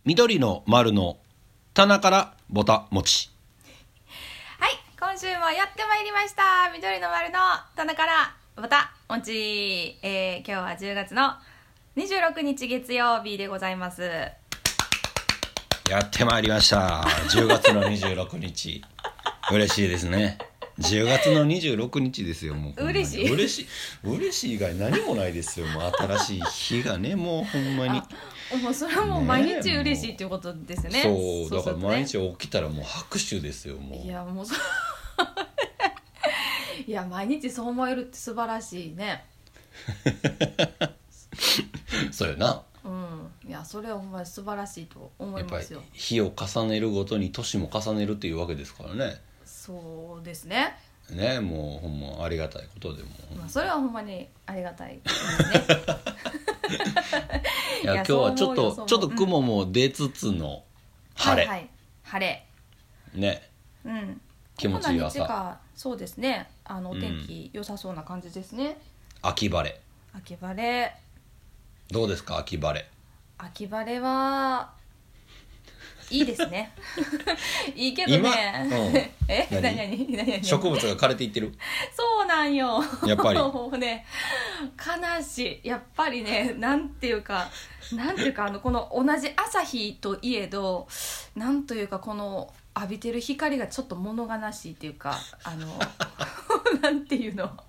緑の丸の棚からぼたもち。 はい、今週もやってまいりました。緑の丸の棚からぼたもち、今日は10月の26日月曜日でございます。 やってまいりました10月の26日嬉しいですね。10月の26日ですよ。もう嬉しい以外何もないですよ。もう新しい日がね、もうほんまにもうそれはもう毎日嬉しいということですね。 そうだから毎日起きたらもう拍手ですよ。もういやもういや毎日そう思えるって素晴らしいね。 そうやな。 いやそれはほんまに素晴らしいと思いますよ。 やっぱり日を重ねるごとに年も重ねるっていうわけですからね。 そうですね。 ね、もうほんまありがたいことでも、 それはほんまにありがたいですね。 いや今日はちょっと雲も出つつの晴れ、 はいはい、晴れね、気持ちいい朝。 ここ何日かそうですね。お天気良さそうな感じですね。 秋晴れ秋晴れどうですか？秋晴れはいいですね。いいけどね。何植物が枯れていってる。 そうなんよ。 やっぱりもうね、悲しい。やっぱりね、なんていうかこの同じ朝日といえど、なんというかこの浴びてる光がちょっと物悲しいっていうか、なんていうの、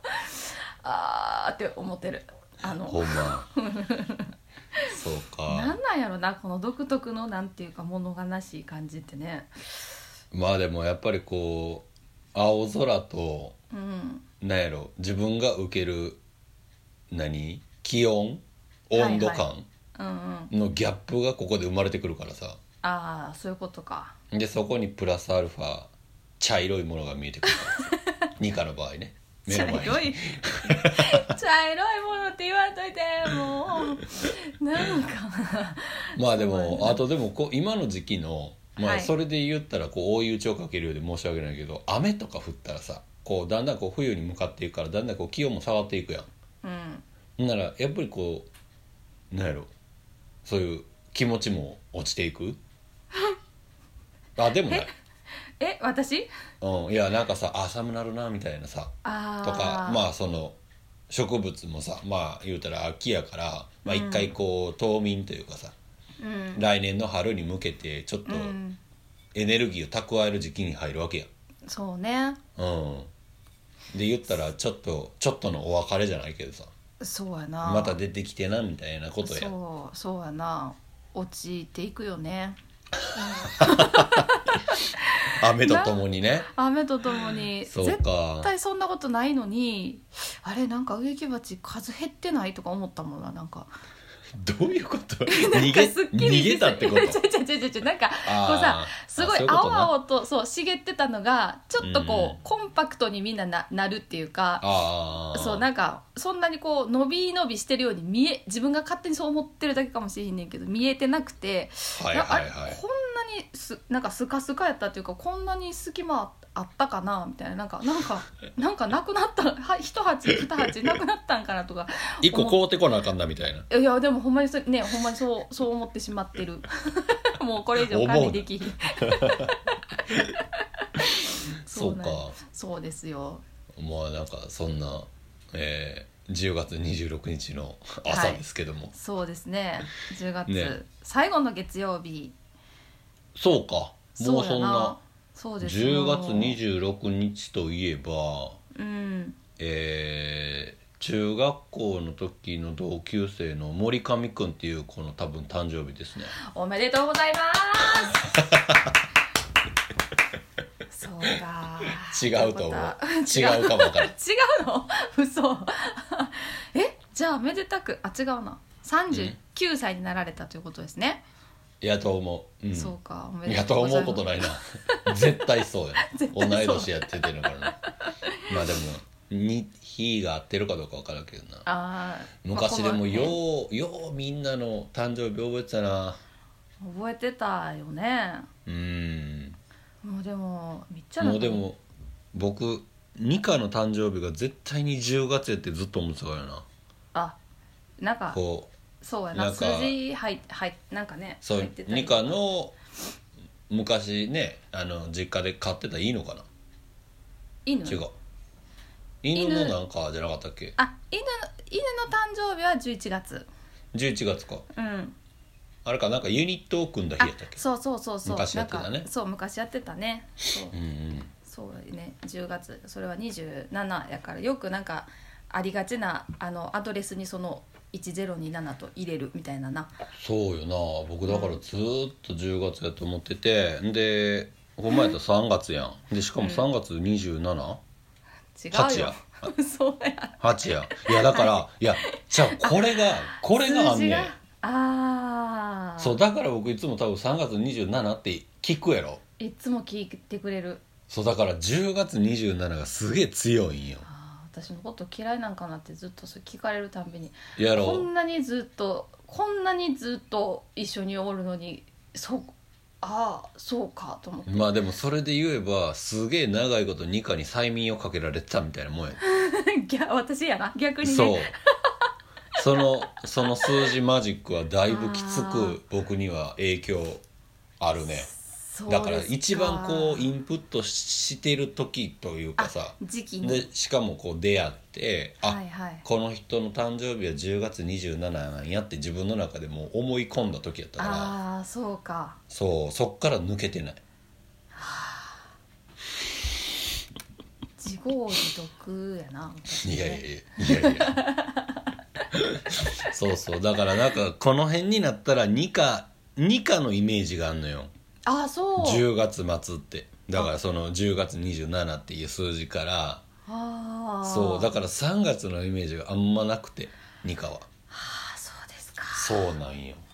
って思ってる。 ほんまそうか。 なんやろな、この独特のなんていうか物悲しい感じってね。 まあでもやっぱりこう青空と、なんやろ、自分が受ける気温温度感のギャップがここで生まれてくるからさ。 そういうことか。 でそこにプラスアルファ茶色いものが見えてくるからさ。ニカの場合ね、目の前に茶色いものって言わんといて、もうなんかまあでもあとでも今の時期のそれで言ったら追い打ちをかけるようで申し訳ないけど、雨とか降ったらさ、だんだん冬に向かっていくから、だんだん気温も下がっていくやん。ならやっぱりなんやろ、そういう気持ちも落ちていく。でもね、 私？ いやなんかさ、寒なるなみたいなさとか、その植物もさ、言うたら秋やから、一回冬眠というかさ、来年の春に向けてちょっとエネルギーを蓄える時期に入るわけやん。 そうね。 で言ったらちょっとのお別れじゃないけどさ、 そうやな、 また出てきてなみたいなことや。 そうやな、落ちていくよね。 雨とともにね。 雨とともに。 そうか。 絶対そんなことないのに、あれなんか植木鉢数減ってないとか思ったもんな。なんかどういうこと？ 逃げたってこと？ なんかこうさ、すごい青々と茂ってたのがちょっとコンパクトにみんななるっていうか、そうなんかそんなに伸び伸びしてるように自分が勝手にそう思ってるだけかもしれへんねんけど、見えてなくて、こんなになんかスカスカやったっていうか、こんなに隙間あったかなみたいな、なんかなくなった一鉢なくなったんかなとか、 一個買うてこなあかんなみたいな。 いやでもほんまにそう思ってしまってる。もうこれ以上管理できひん。 そうか。 そうですよ。 なんかそんな、10月26日の朝ですけども、 そうですね。10月、最後の月曜日。 そうか。もうそんな。 そうです 10月26日といえば、中学校の時の同級生の森上くんっていう子の多分誕生日ですね。 おめでとうございます。そうか。 違うと思う。違うかもわからん。 違うの？嘘。じゃあめでたく、違うな。39歳になられたということですね。 やと思う。 そうか。 やと思うことないな。絶対そうや。同い年やっててるからね。でも日が合ってるかどうか分からんけどな。昔でもようみんなの誕生日覚えてたな。 覚えてたよね。もうでも僕ニカの誕生日が絶対に10月やってずっと思ってたからな。 なんかそうやな、数字なんかね、 そうニカの昔ね実家で飼ってた犬かな。 犬違う、犬のなんかじゃなかったっけ。 犬の誕生日は11月。 11月か。 うん。 あれか、なんかユニットを組んだ日やったっけ。 そう昔やってたね。 そう昔やってたね。そう、 うんうん、 そうね、10月それは27やから、よくなんかありがちなアドレスにその1027と入れるみたいなな。 そうよな。僕だからずっと10月やと思ってて、でほんまやったら3月やん。でしかも3月 27?、 違うよ。 8やそうや。 8や。いやだから、はい、いやじゃあこれがあんねん。 ああ。 そうだから僕いつも多分3月27って聞くやろ。 いつも聞いてくれる。 そうだから10月27がすげえ強いんよ。 私のこと嫌いなんかなってずっとそれ聞かれるたんびに、 やろ。 こんなにずっと一緒におるのに、そうかと思って。 まあでもそれで言えばすげえ長いことニカに催眠をかけられてたみたいなもんや。 私やな、逆にね。 そうその数字マジックはだいぶきつく僕には影響あるね。だから一番こうインプットしてる時というかさ、 時期にでしかもこう出会って、 はいはい、 この人の誕生日は10月27なんやって自分の中でも思い込んだ時やったから。 あ、そうか。 そっから抜けてない。 自業自得やな。 いやそうだからなんかこの辺になったらニカのイメージがあんのよ。 そう 10月末ってだからその10月27っていう数字から、そうだから3月のイメージがあんまなくて、ニカは。 そうですか。 そうなんよ。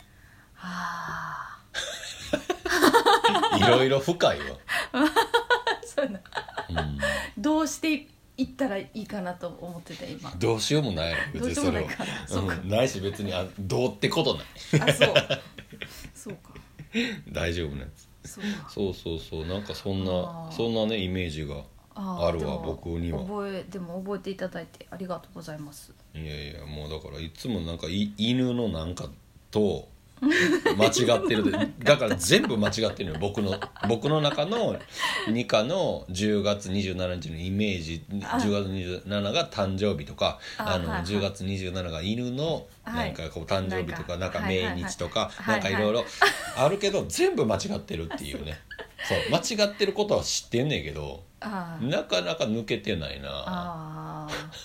いろいろ深いわ。 そうな、どうしていったらいいかなと思ってて今。 どうしようもないやろ別にそれは。ないし別にどうってことない。 そうか。 大丈夫なやつ。そうなんかそんなねイメージがあるわ僕には。 でも覚えていただいてありがとうございます。 いやもうだからいつもなんか犬のなんかと間違ってるでだから全部間違ってるのよ。僕の中のニカの10月27日のイメージ、10月27が誕生日とか、10月27が犬のなんかこう誕生日とかなんか命日とかなんかいろいろあるけど全部間違ってるっていうね。そう間違ってることは知ってんねんけどなかなか抜けてないな。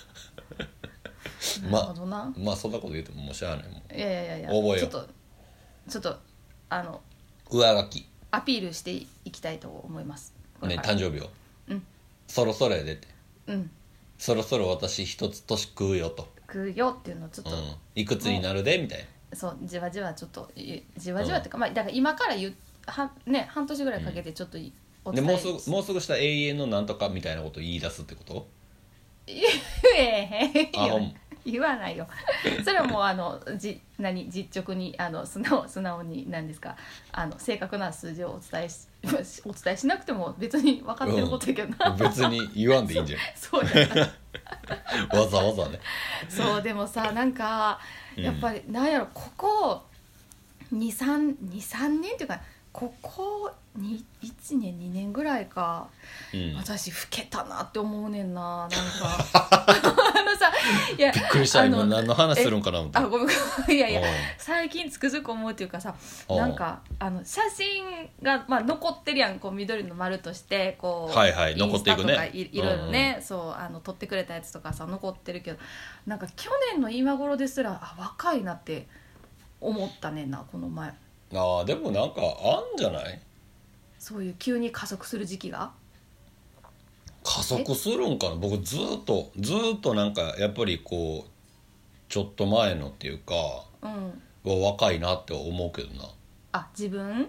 なるほどな。 まあそんなこと言うてももうしゃあないもん。 いや覚えよちょっと上書きアピールしていきたいと思いますね。誕生日を、そろそろやでって、そろそろ私一つ年食うよと、 食うよっていうのをちょっと、 いくつになるでみたいな。 そうじわじわちょっとじわじわっていうか、だから今から半年ぐらいかけてちょっとお伝えでもうすぐしたら永遠のなんとかみたいなこと言い出すってこと？ 言えへんよ。言わないよ。それはもう実直に素直に何ですか正確な数字をお伝えしなくても別に分かってることやけどな、 別に言わんでいいんじゃん。 そうやなわざわざね。 そうでもさなんかやっぱりなんやろ、ここ23年っていうかここ1年2年ぐらいか、私老けたなって思うねんな。なんかさいやびっくりした今何の話するんかな思って。 ごめんいや最近つくづく思うっていうかさ、なんか写真が、残ってるやん、こう緑の丸としてこう、 残っていくね。 いろいろね、そう撮ってくれたやつとかさ残ってるけど、なんか去年の今頃ですら若いなって思ったねんなこの前。 でもなんかあんじゃない？ そういう急に加速する時期が加速するんかな。僕ずっとなんかやっぱりこうちょっと前のっていうか、は若いなって思うけどな。 自分？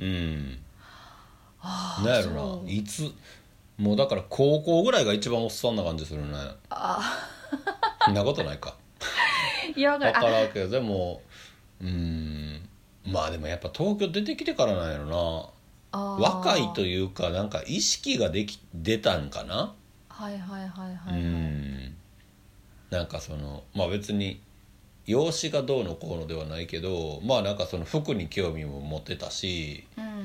なんやろな、いつもうだから高校ぐらいが一番おっさんな感じするね。そんなことないか。 いや分からんけどでもまあでもやっぱ東京出てきてからなんやろな。若いというかなんか意識が出たんかな。なんかその別に容姿がどうのこうのではないけど、まあなんかその服に興味も持ってたし、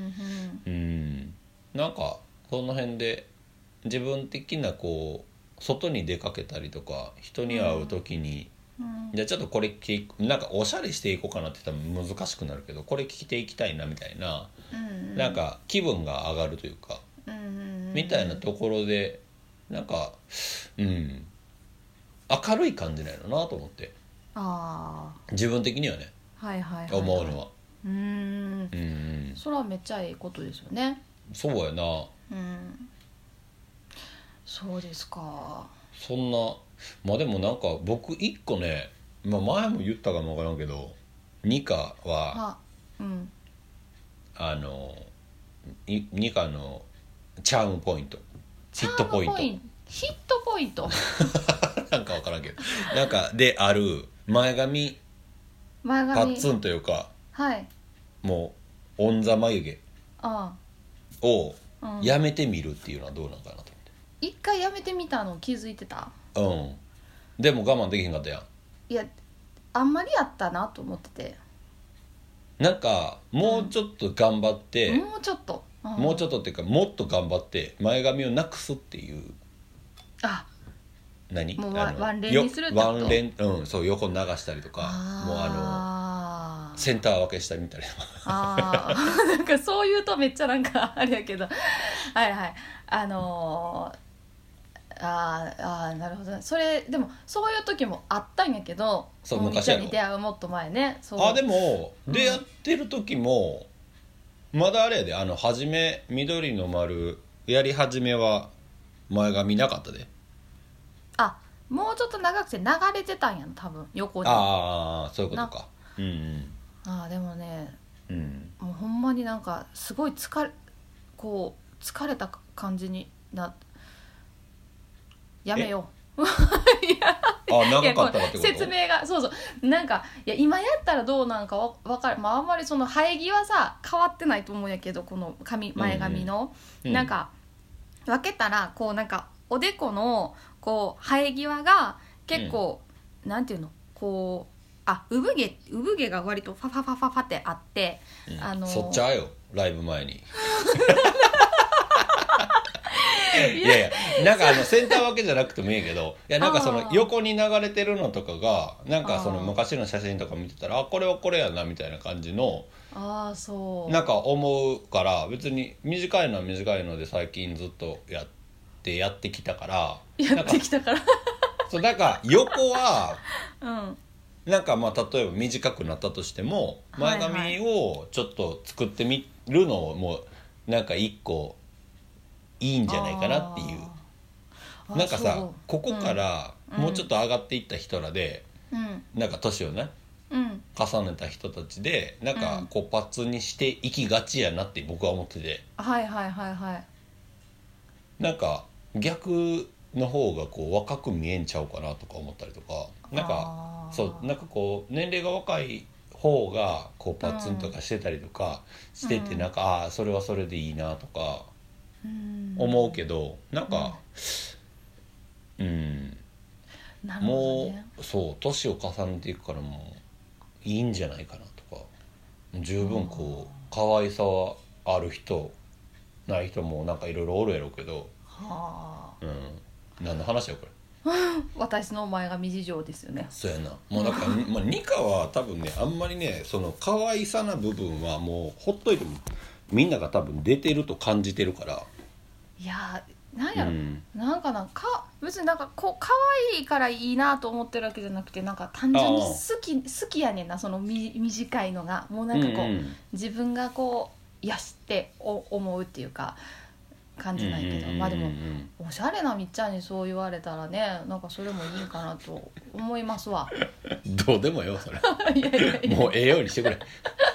なんかその辺で自分的なこう外に出かけたりとか人に会う時に、じゃあちょっとこれなんかおしゃれしていこうかなって言ったら難しくなるけど、これ着ていきたいなみたいな、なんか気分が上がるというか、みたいなところでなんか明るい感じなのなと思って、自分的にはね、思うのは。 それはめっちゃいいことですよね。 そうやな。 そうですか。 そんな、まあでもなんか僕一個ね、まあ、前も言ったかも分からんけど、ニカはニカのチャームポイント、ヒットポイントなんか分からんけど、なんかである前髪パッツンというか、もうオンザ眉毛をやめてみるっていうのはどうなのかなと思って。 一回やめてみたの気づいてた？ でも我慢できへんかったやん。 いや、あんまりやったなと思ってて、 なんかもうちょっと頑張って、 もうちょっとっていうか、もっと頑張って前髪をなくすっていう。 もうワンレンにするってこと？ ワンレン、そう横流したりとか、もうセンター分けしたりみたいな。 なんかそう言うとめっちゃなんかあれやけどなるほど。それでもそういう時もあったんやけど、 そう昔に出会うもっと前ね。 でも出会ってる時も、まだあれやで、初め緑の丸やり始めは前髪なかったで。 もうちょっと長くて流れてたんやん多分横に。 そういうことか。 でもね、もうほんまになんかすごい疲れた感じにやめよう長かったらってこと？ 説明がそうなんか、いや今やったらどうなんか分かる。あんまりその生え際さ変わってないと思うんやけど、この前髪の、なんか分けたらこうなんかおでこのこう生え際が結構、なんていうの、こう産毛が割とファファファファファってあって、 そっちゃよライブ前にいやなんかセンター分けじゃなくてもいいけど、いやなんかその横に流れてるのとかがなんかその昔の写真とか見てたら、これはこれやなみたいな感じのなんか思うから、別に短いのは短いので最近ずっとやってきたからそうなんか横はなんかまあ例えば短くなったとしても、前髪をちょっと作ってみるのもなんか一個いいんじゃないかなっていう。なんかさ、ここからもうちょっと上がっていった人らで、なんか年をね、重ねた人たちでなんかこうパッツンにしていきがちやなって僕は思ってて、なんか逆の方がこう若く見えんちゃうかなとか思ったりとか、なんかなんかこう年齢が若い方がこうパッツンとかしてたりとかしてて、なんかそれはそれでいいなとか思うけど、なんかもうそう年を重ねていくからもういいんじゃないかなとか、十分こう可愛さはある人ない人もなんかいろいろおるやろうけど、何の話やこれ私の前髪事情ですよね。 そうやな。もうなんかニカは多分ね、あんまりねその可愛さな部分はもうほっといてもみんなが多分出てると感じてるから。 いやなんやろ、なんか別になんかこう可愛いからいいなと思ってるわけじゃなくて、なんか単純に好きやねんな、その短いのが。もうなんかこう、自分がこうやして思うっていうか感じないけど、まあでもおしゃれなみっちゃんにそう言われたらね、なんかそれもいいかなと思いますわ。 どうでもよそれもうええようにしてくれ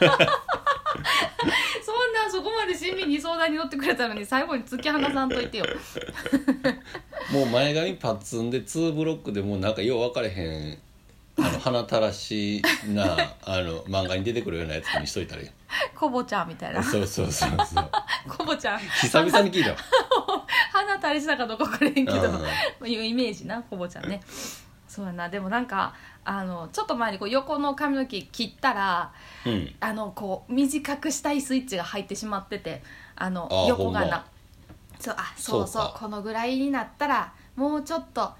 そこまで親身に相談に乗ってくれたのに最後に突き放さんといてよもう前髪パッツンで2ブロックでもうなんかよう分かれへん鼻たらしな漫画に出てくるようなやつにしといたらいい。 コボちゃんみたいな。 そうコボちゃん久々に聞いた鼻垂れしたかどうか分からへんけど、いうイメージな、コボちゃんね。 そうやな。でもなんかちょっと前にこう横の髪の毛切ったら、 うん、 こう短くしたいスイッチが入ってしまってて、横がな、そうこのぐらいになったらもうちょっと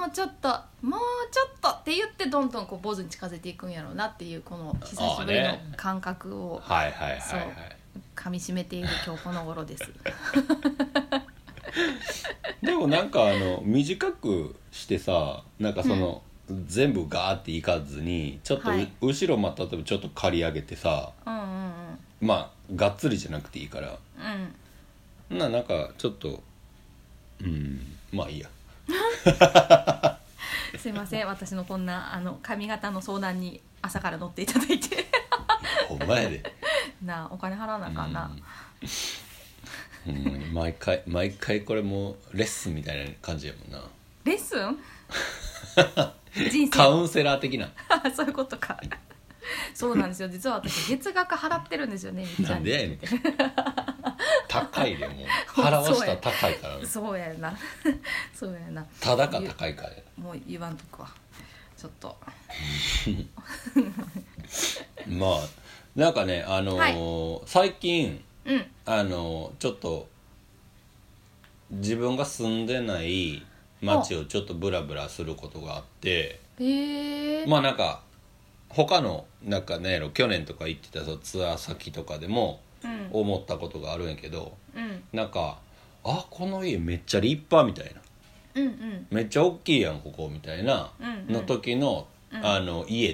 って言ってどんどんこう坊主に近づいていくんやろうなっていう、この久しぶりの感覚を噛みしめている今日この頃ですでもなんか短くしてさ、なんかその、全部ガーっていかずにちょっと、後ろまたちょっと刈り上げてさ、まあがっつりじゃなくていいから、なんかちょっとまあいいやすいません、私のこんな髪型の相談に朝から乗っていただいてほんまやでなあ、お金払わなあかんな。 毎回これもうレッスンみたいな感じやもんな。 レッスン人生カウンセラー的なそういうことかそうなんですよ、実は私月額払ってるんですよね。 なんでやねん高いでも払わしたら高いからね。 そうやなそうやな、 ただか高いからもう言わんとくわちょっとまあなんかね最近ちょっと自分が住んでない街をちょっとブラブラすることがあって、まあなんか他のなんかね去年とか行ってたツアー先とかでも思ったことがあるんやけど、なんかこの家めっちゃ立派みたいな、めっちゃ大きいやんここみたいなの時の、家って、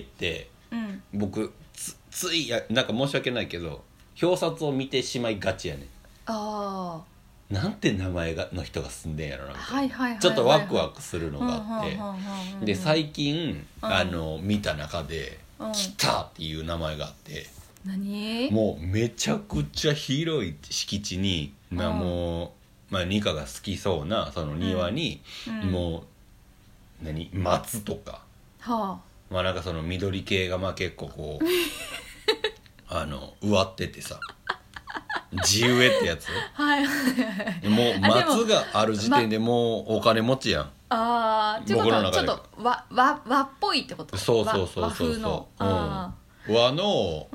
僕ついなんか申し訳ないけど表札を見てしまいがちやねん。なんて名前の人が住んでんやろなみたいな、ちょっとワクワクするのがあって、で最近見た中で来たっていう名前があって、 何？ もうめちゃくちゃ広い敷地に、もう、ニカが好きそうなその庭に、もう松とか、なんかその緑系が結構こう植わっててさ地植えってやつもう松がある時点でもうお金持ちやん。 っていうことはちょっと和っぽいってこと？ そう和風の和の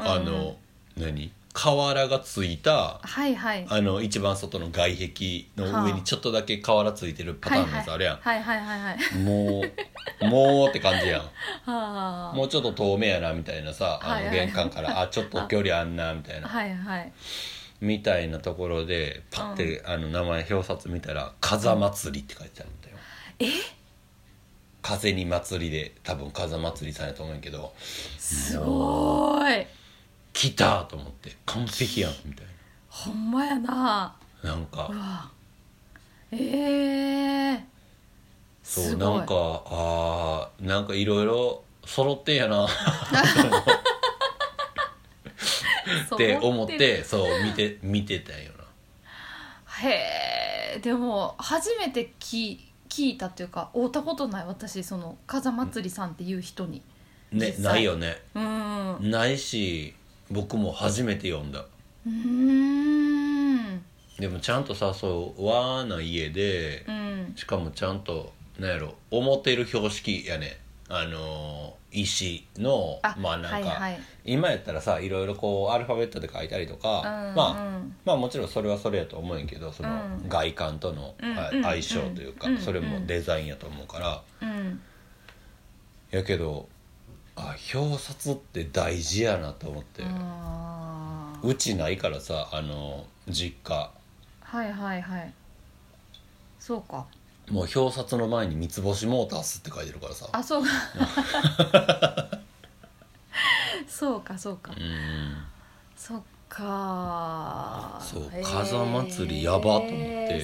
瓦がついた、一番外の外壁の上にちょっとだけ瓦ついてるパターンのやつあるやん。もうって感じやん。もうちょっと遠目やなみたいなさ、玄関からちょっと距離あんなみたいなみたいなところでパッて名前表札見たら風祭りって書いてあるんだよ。風に祭りで多分風祭りさんやと思うんやけど、 すごーい来たと思って完璧やんみたいな。 ほんまやな。 なんかそうなんかいろいろ揃ってんやなって思って見てたんよな。 へえ。でも初めて聞いたっていうか会ったことない、私その風祭りさんっていう人にね。ないよね。ないし僕も初めて読んだ。でもちゃんとさ、そう和な家で、しかもちゃんとなんやろ表る標識やね。石のなんか、今やったらさいろいろこうアルファベットで書いたりとか、まあもちろんそれはそれやと思うんやけど、その外観との相性というか、それもデザインやと思うから、やけど表札って大事やなと思って。うちないからさ実家。 そうか。 もう表札の前に三つ星モータースって書いてるからさ。 そうかそうかそうか。そっか。 そう風祭りやばと思って。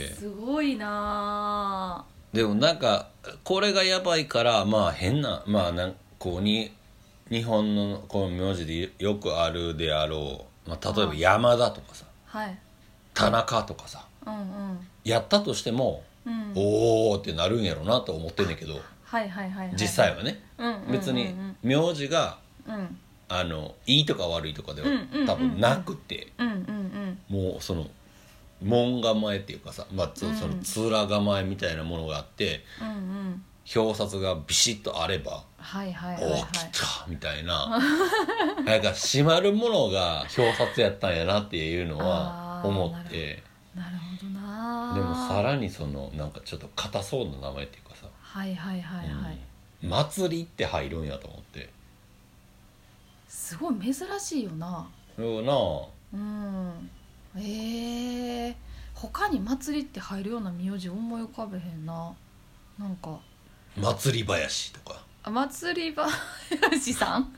すごいな。 でもなんかこれがやばいから変ななんこうに日本のこの名字でよくあるであろう、例えば山田とかさ、田中とかさ、やったとしても、おーってなるんやろなと思ってんねんけど、実際はね、別に名字がいいとか悪いとかでは多分なくて、もうその門構えっていうかさ、その面構えみたいなものがあって、 表札がビシッとあれば、 はいはいはいはい、 お来たみたいななんか閉まるものが表札やったんやなっていうのは思って。 なるほどな。 でもさらにそのなんかちょっと硬そうな名前っていうかさ、 はいはいはいはい、 祭りって入るんやと思って、 すごい珍しいよな。 そうな。 他に祭りって入るような名字思い浮かべへんな。なんか祭り林とか。 祭り林さん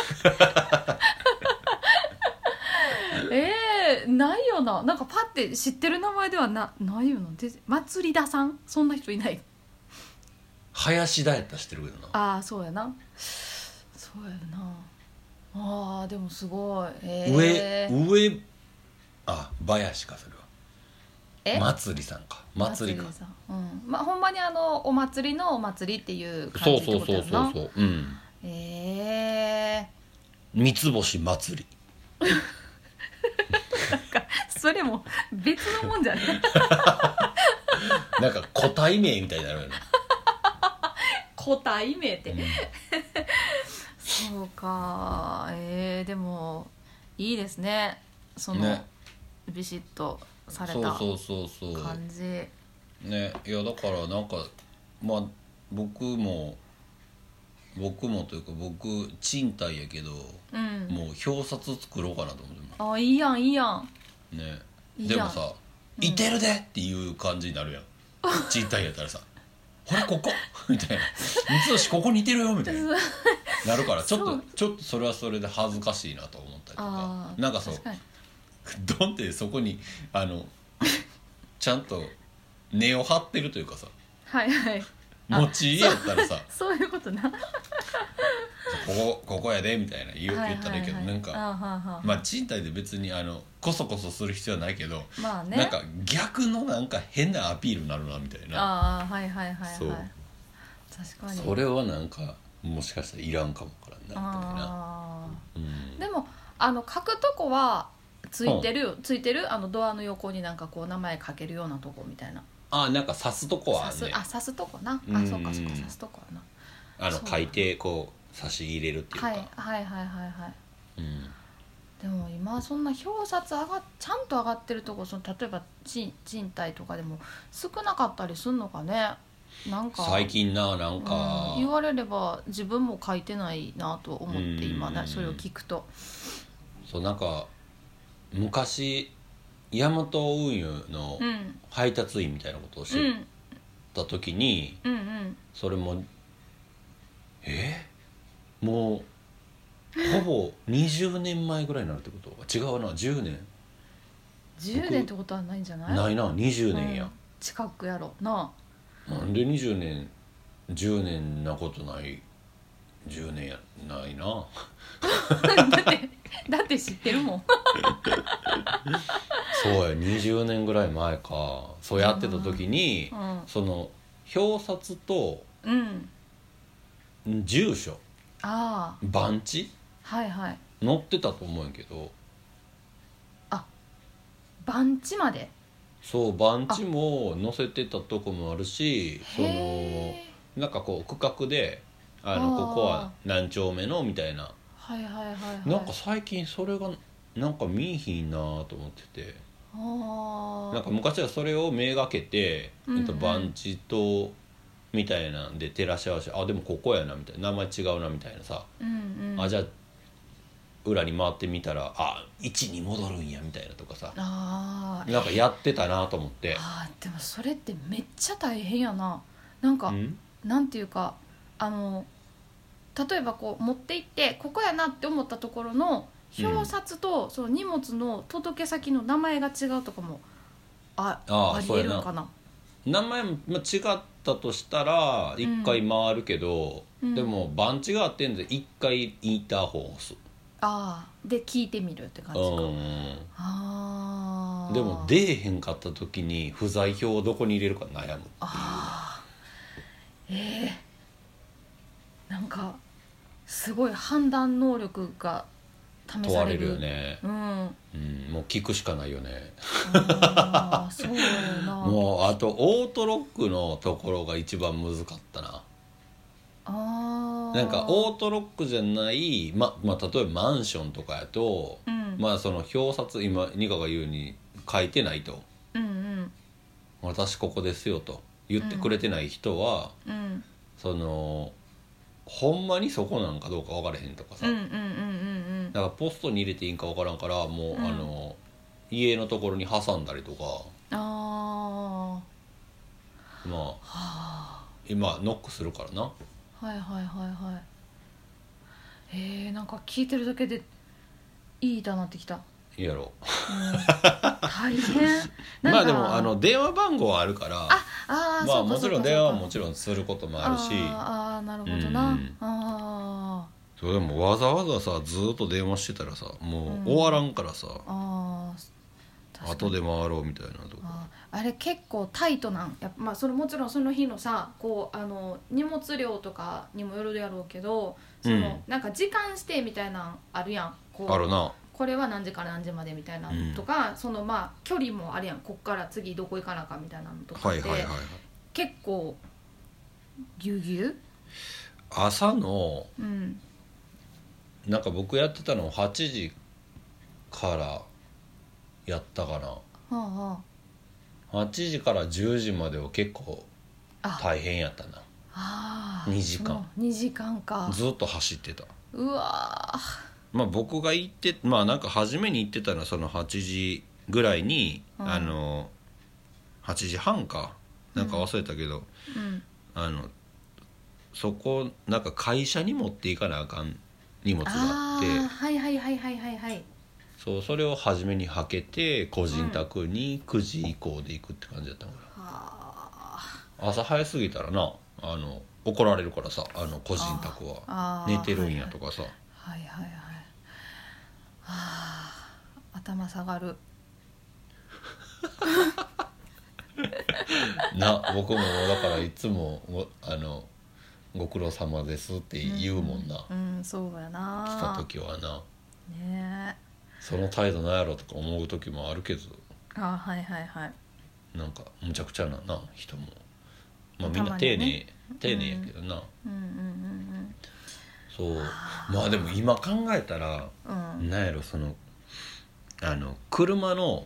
ないよな。なんかパッて知ってる名前ではないよな。祭り田さん、そんな人いない。 林田やったら知ってるけどな。 ああそうやな、そうやな。あーでもすごい、 上林かそれは。祭りさんか、祭りか。 さん、まあほんまにお祭りのお祭りっていう感じってことやな。そう三つ星祭りなんかそれも別のもんじゃねなんか個体名みたいになるよね個体名って、そうか。でもいいですね、その、ね、ビシッとされた感じね。いやだからなんかまあ僕もというか僕賃貸やけど、もう表札作ろうかなと思ってます。いいやんいいやんね。でもさ、いてるでっていう感じになるやん賃貸やったらさほらここみたいな三つ星ここにいてるよみたいななるからちょっとそれはそれで恥ずかしいなと思ったりとか、なんかそうドンってそこにちゃんと根を張ってるというかさ、 はいはい持ち家やったらさそういうことなここやでみたいな言ったらいいけど、なんかまあ賃貸で別にコソコソする必要はないけど、 まあね、 なんか逆のなんか変なアピールになるなみたいな。 はいはいはいはい、 そう確かにそれはなんかもしかしたらいらんかもからなみたいな。 でも書くとこはついてる、ドアの横になんかこう名前書けるようなとこみたいな。 なんか刺すとこはね。 刺すとこな。そうか刺すとこはな。 書いてこう差し入れるっていうか。 はいでも今そんな表札ちゃんと上がってるとこ、例えば賃貸とかでも少なかったりすんのかね。なんか最近なんか、 言われれば自分も書いてないなと思って今それを聞くと、 そうなんか昔ヤマト運輸の配達員みたいなことをしてた時に、それももうほぼ20年前ぐらいになるってこと？違うな、10年ってことはないんじゃない？ ないな、20年や、 近くやろな。 なんで20年10年なことない。10年やないなだって知ってるもんそうや、20年ぐらい前か。そうやってた時に、その表札と、住所、番地、載ってたと思うんやけど。 番地まで。 そう番地も載せてたとこもあるし、なんかこう区画でここは何丁目のみたいな。なんか最近それがなんか見えひんなと思ってて、なんか昔はそれをめがけて番地とみたいなんで照らし合わせて、でもここやなみたいな、名前違うなみたいなさ、じゃあ裏に回ってみたら位置に戻るんやみたいなとかさ、なんかやってたなと思って。 でもそれってめっちゃ大変やな。なんかなんていうか例えばこう持って行ってここやなって思ったところの表札とその荷物の届け先の名前が違うとかもありえるんかな。 名前も違ったとしたら一回回るけど、でも番地があってんで一回インターホン押す。 で聞いてみるって感じか。 でも出えへんかった時に不在票をどこに入れるか悩むっていう。 なんかすごい判断能力が試問われされるるよね。もう聞くしかないよね。 そうな。 もうあとオートロックのところが一番難かったな。 なんかオートロックじゃない、例えばマンションとかやと、その表札今ニカが言うに書いてないと、私ここですよと言ってくれてない人は、そのほんまにそこなんかどうか分からへんとかさ、だからポストに入れていいんか分からんからもう、家のところに挟んだりとか、今ノックするからな。 はいはいはいはい。なんか聞いてるだけでいいだなってきた。 いいやろ、 大変でも電話番号はあるから、もちろん電話はもちろんすることもあるし、 なるほどな。 そうでもわざわざさずっと電話してたらさもう終わらんからさ、後で回ろうみたいなとか。 あれ結構タイトなんやっぱ、それもちろんその日のさこう荷物量とかにもよるやろうけど、なんか時間指定みたいなんあるやん。こうあるな。 これは何時から何時までみたいなとか、その距離もあるやん。こっから次どこ行かなかみたいなのとかって、結構ぎゅうぎゅう朝の、なんか僕やってたの8時からやったかな、8時から10時までは結構大変やったな。2時間 2時間かずっと走ってた。 うわ僕が行ってなんか初めに行ってたのはその8時ぐらいに、8時半かなんか忘れたけど、そこなんか会社に持っていかなあかん荷物があって、それを初めにはけて個人宅に9時以降で行くって感じだったから、朝早すぎたらな怒られるからさ、個人宅は寝てるんやとかさ。 頭下がる僕もだからいつもご苦労様ですって言うもんな、 そうやな。 来た時はな、 ね、 その態度なんやろとか思う時もあるけど、なんかむちゃくちゃな人も、みんな丁寧やけどな。そうでも今考えたら、なんやろその車の、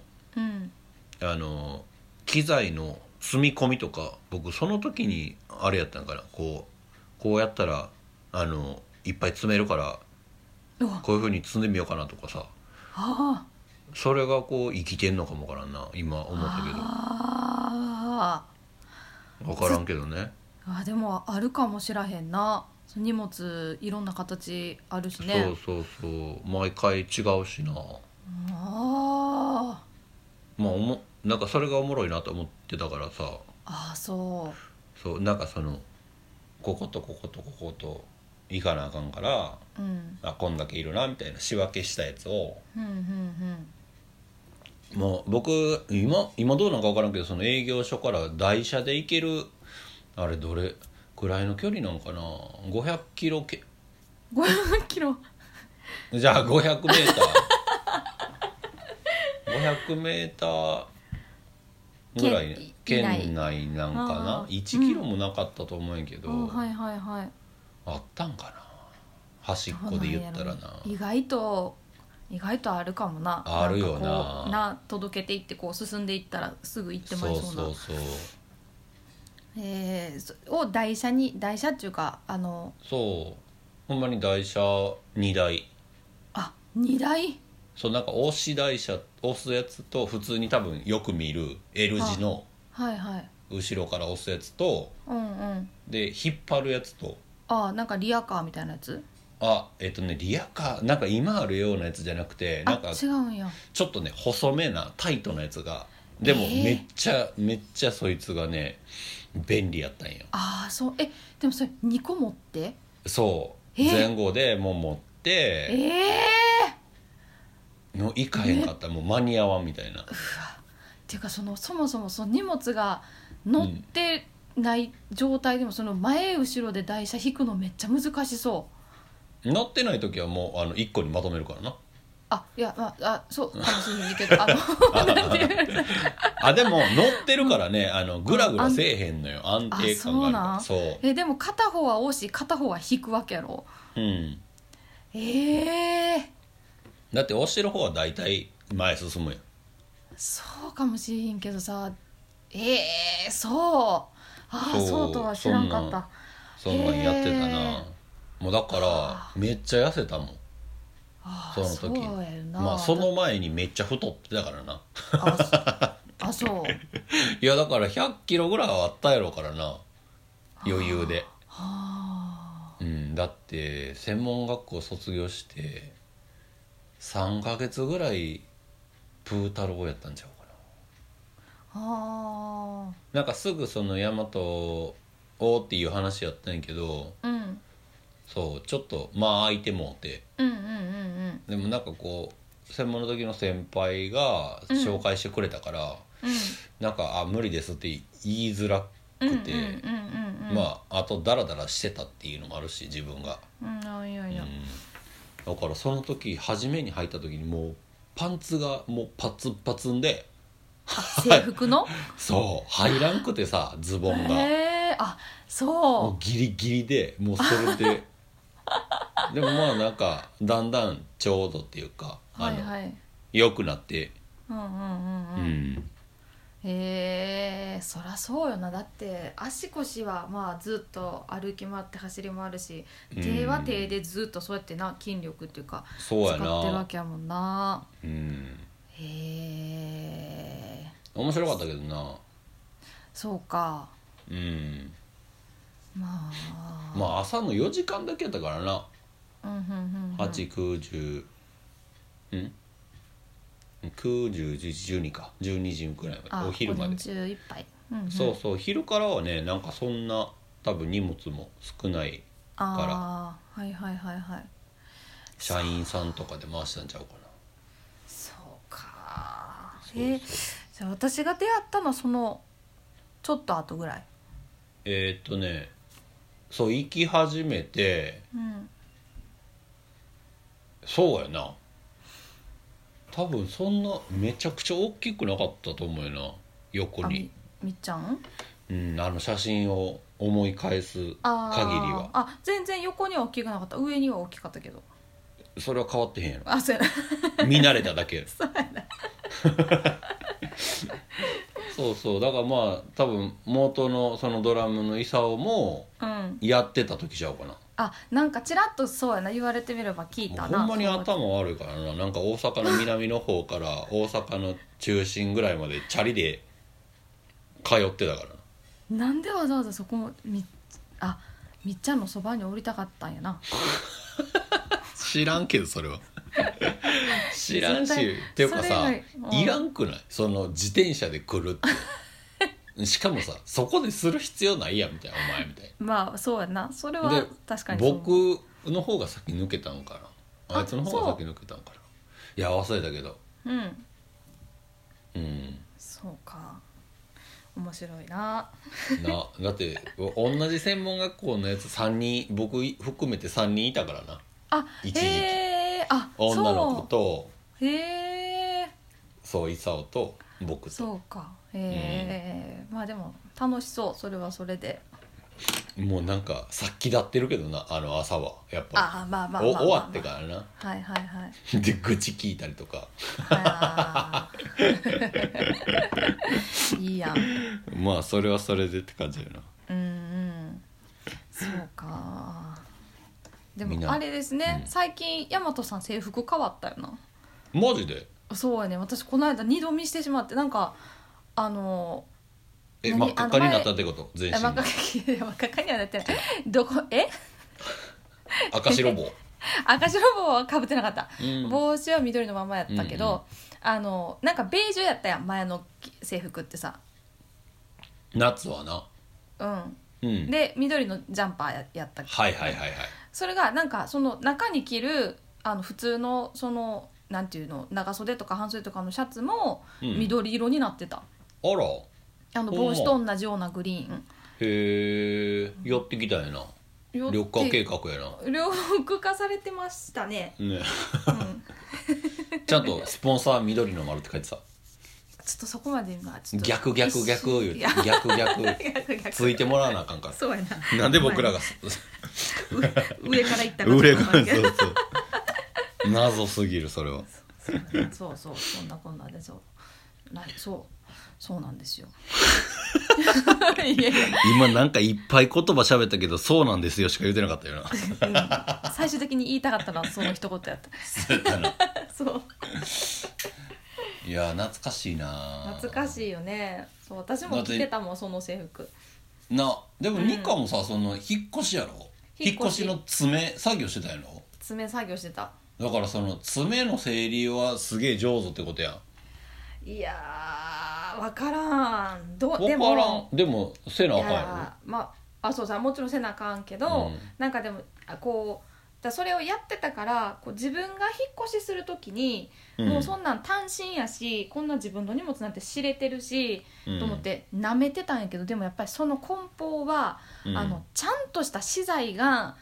機材の積み込みとか僕その時にあれやったんかな、こうやったらいっぱい積めるからこういう風に積んでみようかなとかさ、それがこう生きてんのかもわからんな今思ったけど。分からんけどね。 でもあるかもしらへんな。荷物いろんな形あるしね。 そう毎回違うしな。なんかそれがおもろいなと思ってたからさ。そうなんかそのこことこことここと行かなあかんから、こんだけいるなみたいな仕分けしたやつを、もう僕今どうなんか分からんけど、その営業所から台車で行けるあれどれくらいの距離なんかな、500キロ 500キロじゃあ500メーター500メーターぐらい県内なんかな、1キロもなかったと思うんやけど、あったんかな、端っこで言ったらな。 意外とあるかもな。 あるよな。 届けていってこう進んでいったらすぐ行ってまいそうな。を台車っていうかほんまに台車2台。 2台。 そうなんか押すやつと普通に多分よく見る L 字の後ろから押すやつと、で引っ張るやつと、 なんかリアカーみたいなやつ。 リアカーなんか今あるようなやつじゃなくて、なんか違うんや。 ちょっとね細めなタイトなやつが、でもめっちゃそいつがね便利やったんや。 でもそれ2個持って、 前後でもう持っての行かへんかったらもう間に合わんみたいな。 っていうかそもそもその荷物が乗ってない状態でもその前後ろで台車引くのめっちゃ難しそう。 乗ってない時はもう1個にまとめるからな。 いや、そうかもしれないけどでも乗ってるからね、グラグラせえへんのよ、安定感があるから。 そうでも片方は押し片方は引くわけやろ。 だって押してる方は大体前進むやん。 そうかもしれへんけどさ、そうとは知らんかった。 そんなんやってたな。もうだからめっちゃ痩せたもん、その時。その前にめっちゃ太ってたからな。 そういやだから100キロぐらいはあったやろからな、余裕で。だって専門学校卒業して3ヶ月ぐらいプー太郎やったんちゃうかな。なんかすぐその大和をっていう話やったんやけど、そうちょっと空いてもうて、でもなんかこう専門の時の先輩が紹介してくれたから、なんか無理ですって言いづらくて、あとダラダラしてたっていうのもあるし自分が、だからその時初めに入った時にもうパンツがもうパツパツんで、 制服のそう入らんくてさ、ズボンがそうもうギリギリでもうそれででもなんかだんだんちょうどっていうか良くなって、 そりゃそうよな。だって足腰はずっと歩き回って走り回るし、手は手でずっとそうやってな筋力っていうか使ってるわけやもんな。 面白かったけどな。 そうか。 朝の4時間だけやったからな。8、9、10 9、10、11、12か12時くらいまで、お昼まで。 午前中いっぱい。 そう昼からはねなんかそんな多分荷物も少ないから、社員さんとかで回したんちゃうかな。 そうか。じゃあ私が出会ったのはそのちょっと後ぐらい。 そう行き始めて、そうやな、多分そんなめちゃくちゃ大きくなかったと思うよな、横に。 みっちゃん？ 写真を思い返す限りは。 全然横には大きくなかった。上には大きかったけど。 それは変わってへんやろ。 そうやな見慣れただけ。 そうやなそうだから多分元のそのドラムの功もやってた時ちゃうかな。 なんかちらっとそうやな、言われてみれば聞いたな。 ほんまに頭悪いからな。なんか大阪の南の方から大阪の中心ぐらいまでチャリで通ってたから。 なんでわざわざそこもみっちゃんのそばに降りたかったんやな知らんけどそれは知らんし、っていうかさ、いらんくない？その自転車で来るってしかもさそこでする必要ないやんみたいな、お前みたいな。そうやな、それは確かにそう。僕の方が先抜けたんかな、あいつの方が先抜けたんかな。いや忘れたけど。 そうか、面白いなだって同じ専門学校のやつ3人、僕含めて3人いたからな。一時期女の子とそう功と僕と。 そうか。でも楽しそう、それはそれで。 もうなんか殺気立ってるけどな、朝はやっぱり終わってからな。で愚痴聞いたりとかいいやん。それはそれでって感じやな。 そうか。でもあれですね、最近大和さん制服変わったよな。 マジで？ そうやね、私この間2度見してしまって、なんか真っ赤っかになったってこと？全身真っ赤っかにはなってない赤白帽赤白帽はかぶってなかった、帽子は緑のままやったけど、なんかベージュやったやん前の制服ってさ。 夏はな。 で緑のジャンパーやったっけ。それがなんかその中に着る普通のそのなんていうの、長袖とか半袖とかのシャツも緑色になってた。帽子と同じようなグリーン。 へえ、寄ってきたんやな。緑化計画やな。 緑化されてましたね。 ちゃんとスポンサー緑の丸って書いてさ、 ちょっとそこまで今ちょっと逆言うて逆ついてもらわなあかんから。 そうやな。 なんで僕らが上から行ったか上からそうそう謎すぎるそれは。 そうそんなこんなでそうなんですよ。いや今なんかいっぱい言葉喋ったけどそうなんですよしか言ってなかったよな、うん、最終的に言いたかったのはその一言やった。 そうやなそういや懐かしいな。 懐かしいよね。そう私も着てたもんその制服な。でもニカもさ、その引っ越しやろ。引っ越しの詰め作業してたやろ。 詰め作業してた。 だからその詰めの整理はすげえ上手ってことやん。 いやー分からん。 でもせなあかんやろ。 まあそうさもちろんせなあかんけど、なんかでもこうそれをやってたからこう自分が引っ越しする時に、もうそんなん単身やしこんな自分の荷物なんて知れてるし、と思って舐めてたんやけど、でもやっぱりその根本は、ちゃんとした資材が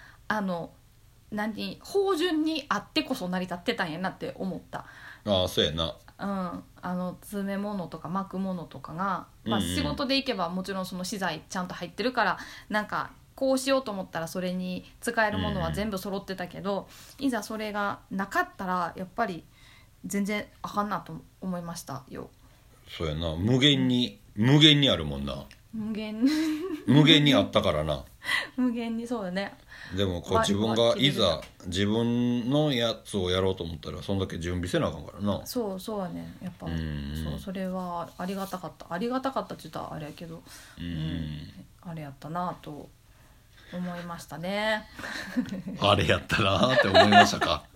芳醇にあってこそ成り立ってたんやなって思った。 ああそうやな。 詰め物とか巻くものとかが、仕事で行けばもちろんその資材ちゃんと入ってるからなんかこうしようと思ったらそれに使えるものは全部揃ってたけど、いざそれがなかったらやっぱり全然あかんなと思いましたよ。 そうやな。無限にあるもんな。無限にあったからな。 無限にそうだね。 でもこう自分がいざ自分のやつをやろうと思ったらそんだけ準備せなあかんからな。 そうやねやっぱ、それはありがたかったって言ったらあれやけど、あれやったなと思いましたね。 あれやったなって思いましたか。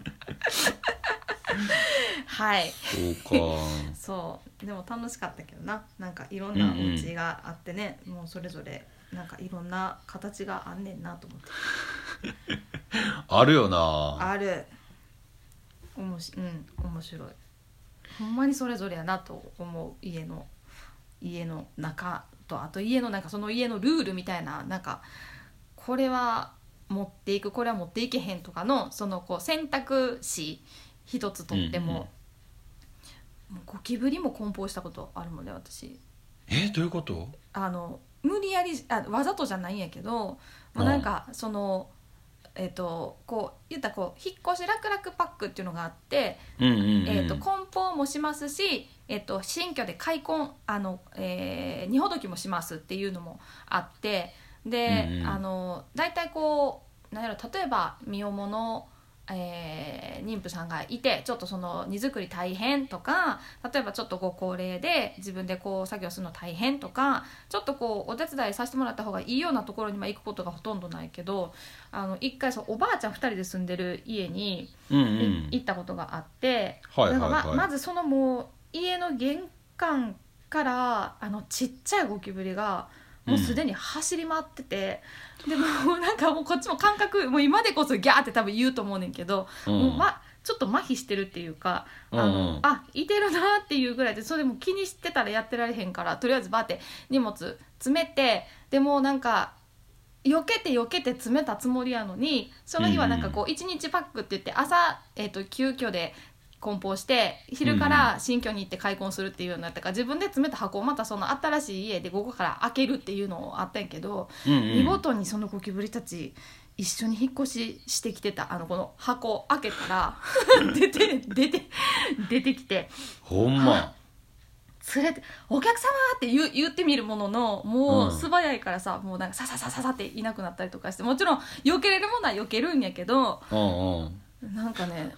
はいそうか。 そうでも楽しかったけどな。なんかいろんなお家があってね、もうそれぞれなんかいろんな形があんねんなと思ってあるよな。 ある。面白い。ほんまにそれぞれやなと思う。家の中とあと家のなんかその家のルールみたいな、なんかこれは持っていくこれは持っていけへんとかのそのこう選択肢一つとっても、もうゴキブリも梱包したことあるもんね私。 どういうこと？ 無理やりわざとじゃないんやけど、もうなんかそのこう言ったらこう引っ越し楽々パックっていうのがあって、梱包もしますし、新居で開墾荷ほどきもしますっていうのもあって、で、だいたいこうなんやろ、例えば身重の妊婦さんがいてちょっとその荷造り大変とか、例えばちょっとご高齢で自分でこう作業するの大変とか、ちょっとこうお手伝いさせてもらった方がいいようなところに行くことがほとんどないけど、一回おばあちゃん2人で住んでる家に行ったことがあって、まずそのもう家の玄関からちっちゃいゴキブリがもうすでに走り回ってて、でもなんかもうこっちも感覚もう今でこそギャーって多分言うと思うねんけど、もうちょっと麻痺してるっていうか、いてるなっていうぐらいで、それも気にしてたらやってられへんから、とりあえずバーって荷物詰めて、でもなんか避けて詰めたつもりやのに、その日はなんかこう1日パックって言って朝、急遽で梱包して昼から新居に行って開墾するっていうようになったから、自分で詰めた箱をまたその新しい家で午後から開けるっていうのあったんやけど、見事にそのゴキブリたち一緒に引っ越ししてきてた。この箱開けたら出てきて、 ほんま連れてお客様って言ってみるものの、もう素早いからさ、もうなんかささっていなくなったりとかして、もちろん避けれるものは避けるんやけど、なんかね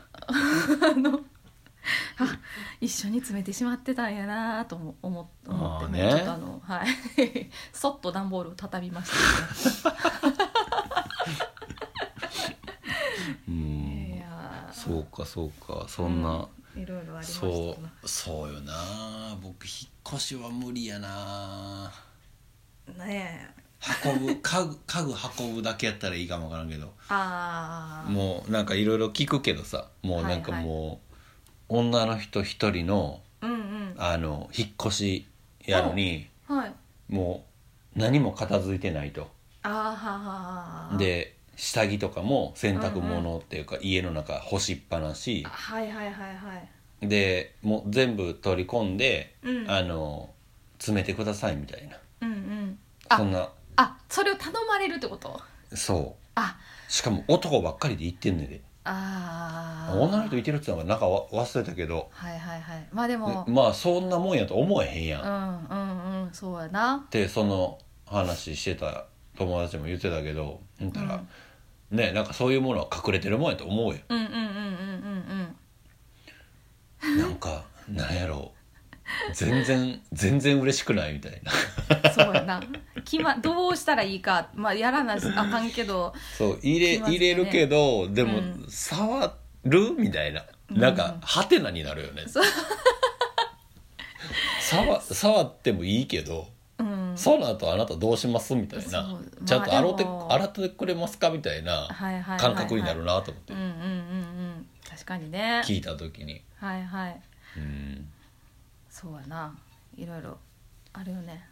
一緒に詰めてしまってたんやなと思ってね、ちょっとそっと段ボールを畳みましたね。いやそうかそんな、 いろいろありましたな。 そうよな。僕引っ越しは無理やな。 ねえ家具運ぶだけやったらいいかもわからんけど、もうなんかいろいろ聞くけどさ、もうなんかもう、女の人一人の、引っ越しやのに、もう何も片付いてないと。で下着とかも洗濯物っていうか、家の中干しっぱなし、 はいはいはいはいでもう全部取り込んで、 うん、 詰めてくださいみたいな、 うんうん、 そんな。 それを頼まれるってこと？ そうしかも男ばっかりで行ってんねんで。女の人いてるってのがなんか忘れたけど、 はいはいはい、まあでもまあそんなもんやと思えへんやん、 うんうんうん、そうやなってその話してた友達も言ってたけど、言ったら、ね、なんかそういうものは隠れてるもんやと思うよ。 うんうんうんうんうんなんかなんやろう、全然嬉しくないみたいな。 そうやなどうしたらいいか、まあやらなあかんけどそう入れるけどでも、触るみたいな、なんかハテナになるよね。触ってもいいけど、その後あなたどうしますみたいな、ちゃんと洗ってくれますかみたいな感覚になるなと思って、 確かにね、 聞いた時に、 はいはい、そうやな、いろいろあるよね。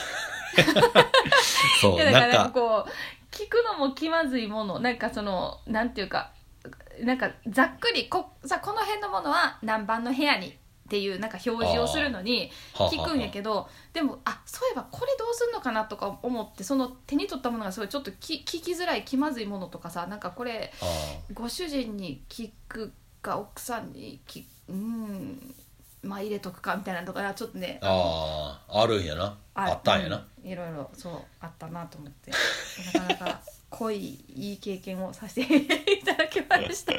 そうだからこう聞くのも気まずいもの、なんかそのなんていうか、なんかざっくりこの辺のものは何番の部屋にっていうなんか表示をするのに聞くんやけど、でもそういえばこれどうすんのかなとか思って、その手に取ったものがすごいちょっと聞きづらい気まずいものとかさ、なんかこれご主人に聞くか奥さんにまあ入れとくかみたいなのとかちょっとね、 あるんやな、あったんやな、 いろいろそうあったなと思って、なかなか濃いいい経験をさせていただきました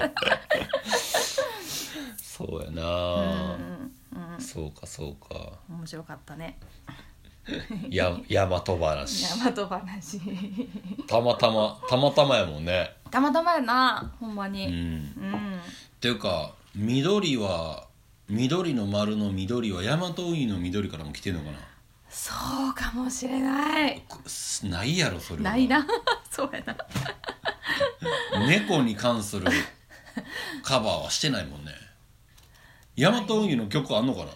そうやな、そうか面白かったね。 大和話たまたまやもんね。 たまたまやな、ほんまに。 っていうか緑の丸の緑は大和運輸の緑からも来てんのかな。 そうかもしれない。 ないやろそれは。 ないなそうやな猫に関するカバーはしてないもんね。大和運輸の曲あんのかな。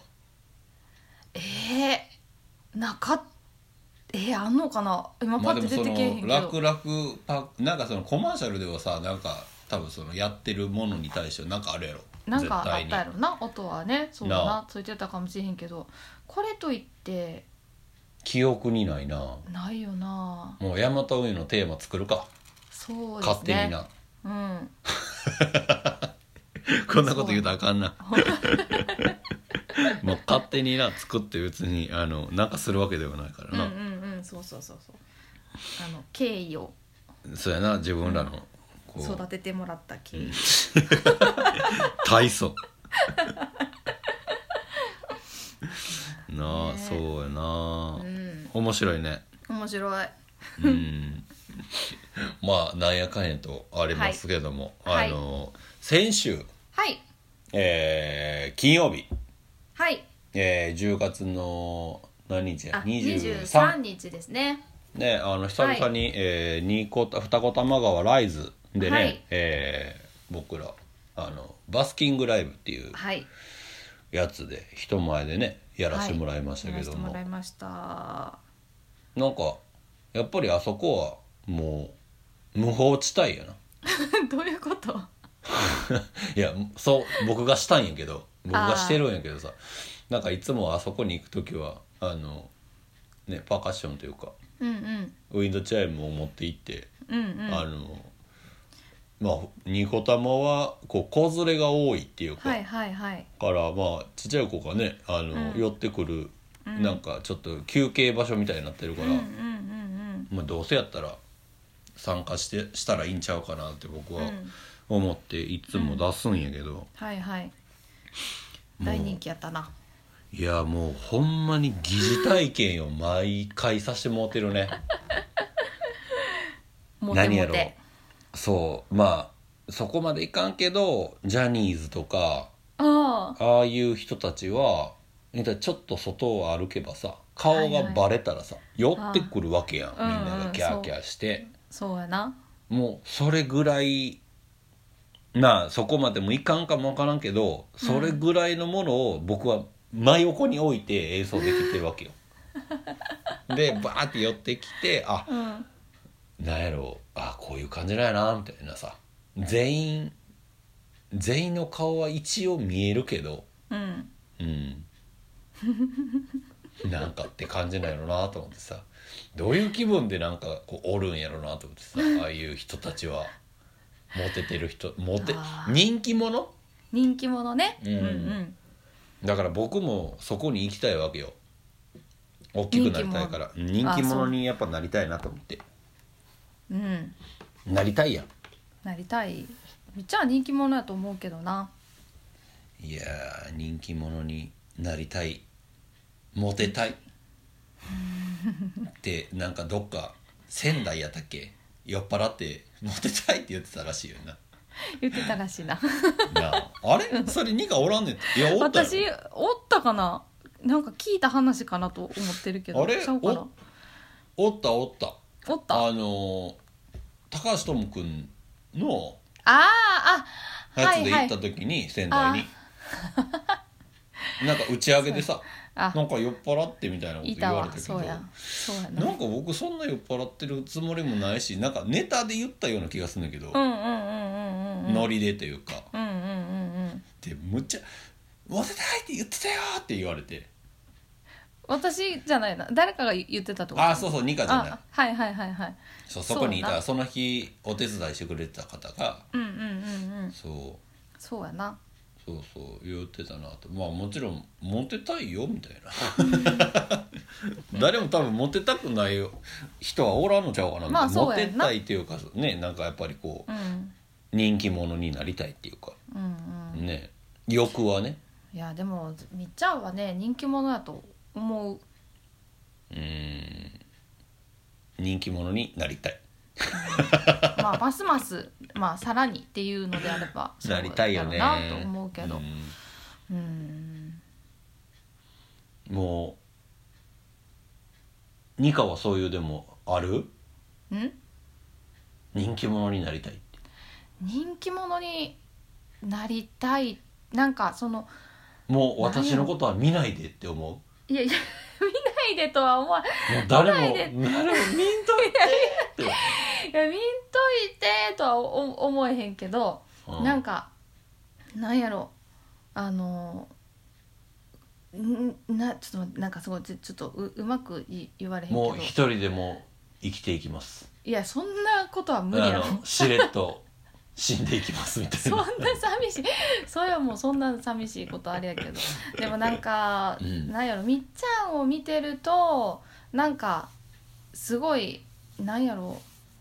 あんのかな、今パッて出てけへんけど。 楽々なんかそのコマーシャルではさ、なんか多分そのやってるものに対してなんかあるやろ、 なんかあったやろな、音はね、そうだな、ついてたかもしれへんけど、これといって記憶にないな。 ないよな。 もう大和運輸のテーマ作るか。 そうですね、勝手にな。 こんなこと言うとあかんなもう勝手にな作って別になんかするわけではないからな。 そう敬意を、 そうやな、自分らのこう育ててもらった経緯大層なあ、そうやな、面白いね。 面白いまあなんやかんやとありますけども、先週、金曜日、10月の何日や、 23日ですね。 ね、久々に、二子玉川ライズでね、僕らバスキングライブっていうやつで人前でねやらせてもらいましたけども、なんかやっぱりあそこはもう無法地帯やなどういうこといや、そう僕がしたんやけど、僕がしてるんやけどさ、なんかいつもあそこに行く時はね、パーカッションというか、ウィンドチャイムを持って行って、まあニコ玉はこう子連れが多いっていうか、からまあちっちゃい子がね寄ってくる、なんかちょっと休憩場所みたいになってるから、まあどうせやったら参加したらいいんちゃうかなって僕は思っていつも出すんやけど、 大人気やったな。 いやもうほんまに疑似体験を毎回させてもらってるね何やろう、そうまあそこまでいかんけどジャニーズとかああいう人たちはちょっと外を歩けばさ、顔がバレたらさ、寄ってくるわけやん、みんながキャーキャーして、 そうやな。 もうそれぐらいまあそこまでもいかんかもわからんけど、それぐらいのものを僕は真横に置いて演奏できてるわけよでバーって寄ってきてなんやろこういう感じなんやなみたいなさ、全員の顔は一応見えるけどうんなんかって感じなんやろなと思ってさ、どういう気分でなんかこうおるんやろなと思ってさ、ああいう人たちはモテてる人人気者ね、 うん、だから僕もそこに行きたいわけよ。大きくなりたいから人気者にやっぱなりたいなと思って。なりたいやん。 なりたい。めっちゃ人気者やと思うけどな。 いや人気者になりたい、モテたいってなんかどっか仙台やったっけ、酔っ払ってモテたいって言ってたらしいよな。 言ってたらしいな。 あれそれニカおらんねん。いやおったよ。 私おったかな、なんか聞いた話かなと思ってるけど。 あれそうかな。 おった高橋智くんのやつで行った時に仙台になんか打ち上げでさなんか酔っ払ってみたいなこと言われたけど、 そうやな。 なんか僕そんな酔っ払ってるつもりもないし、なんかネタで言ったような気がするんだけど、ノリでというか、でむっちゃモテたいって言ってたよって言われて、 私じゃないな、誰かが言ってたってこと。 そうニカじゃない。 はいそこにいたその日お手伝いしてくれてた方がそうやな。 そう言ってたなと。まあもちろんモテたいよみたいな誰も多分モテたくない人はおらんのちゃうかなみたいな、モテたいっていうかね、なんかやっぱりこう、人気者になりたいっていうか、ね、欲はね。 いやでもみっちゃんはね人気者だと思う。 人気者になりたいまあますますさらにっていうのであればなりたいよねなと思うけど、 もうニカはそういうでもある？人気者になりたいって。 人気者になりたい、なんかそのもう私のことは見ないでって思う？ いや見ないでとは思わない。 もう誰も見んといてっていや見んといてとは思えへんけど、なんかなんやろちょっとなんかすごいちょっとうまく言われへんけど、 もう一人でも生きていきます。 いやそんなことは無理やろ。 しれっと死んでいきますみたいなそんな寂しいそれはもうそんな寂しいことあれやけど、でもなんか、なんやろ、みっちゃんを見てるとなんかすごいなんやろ、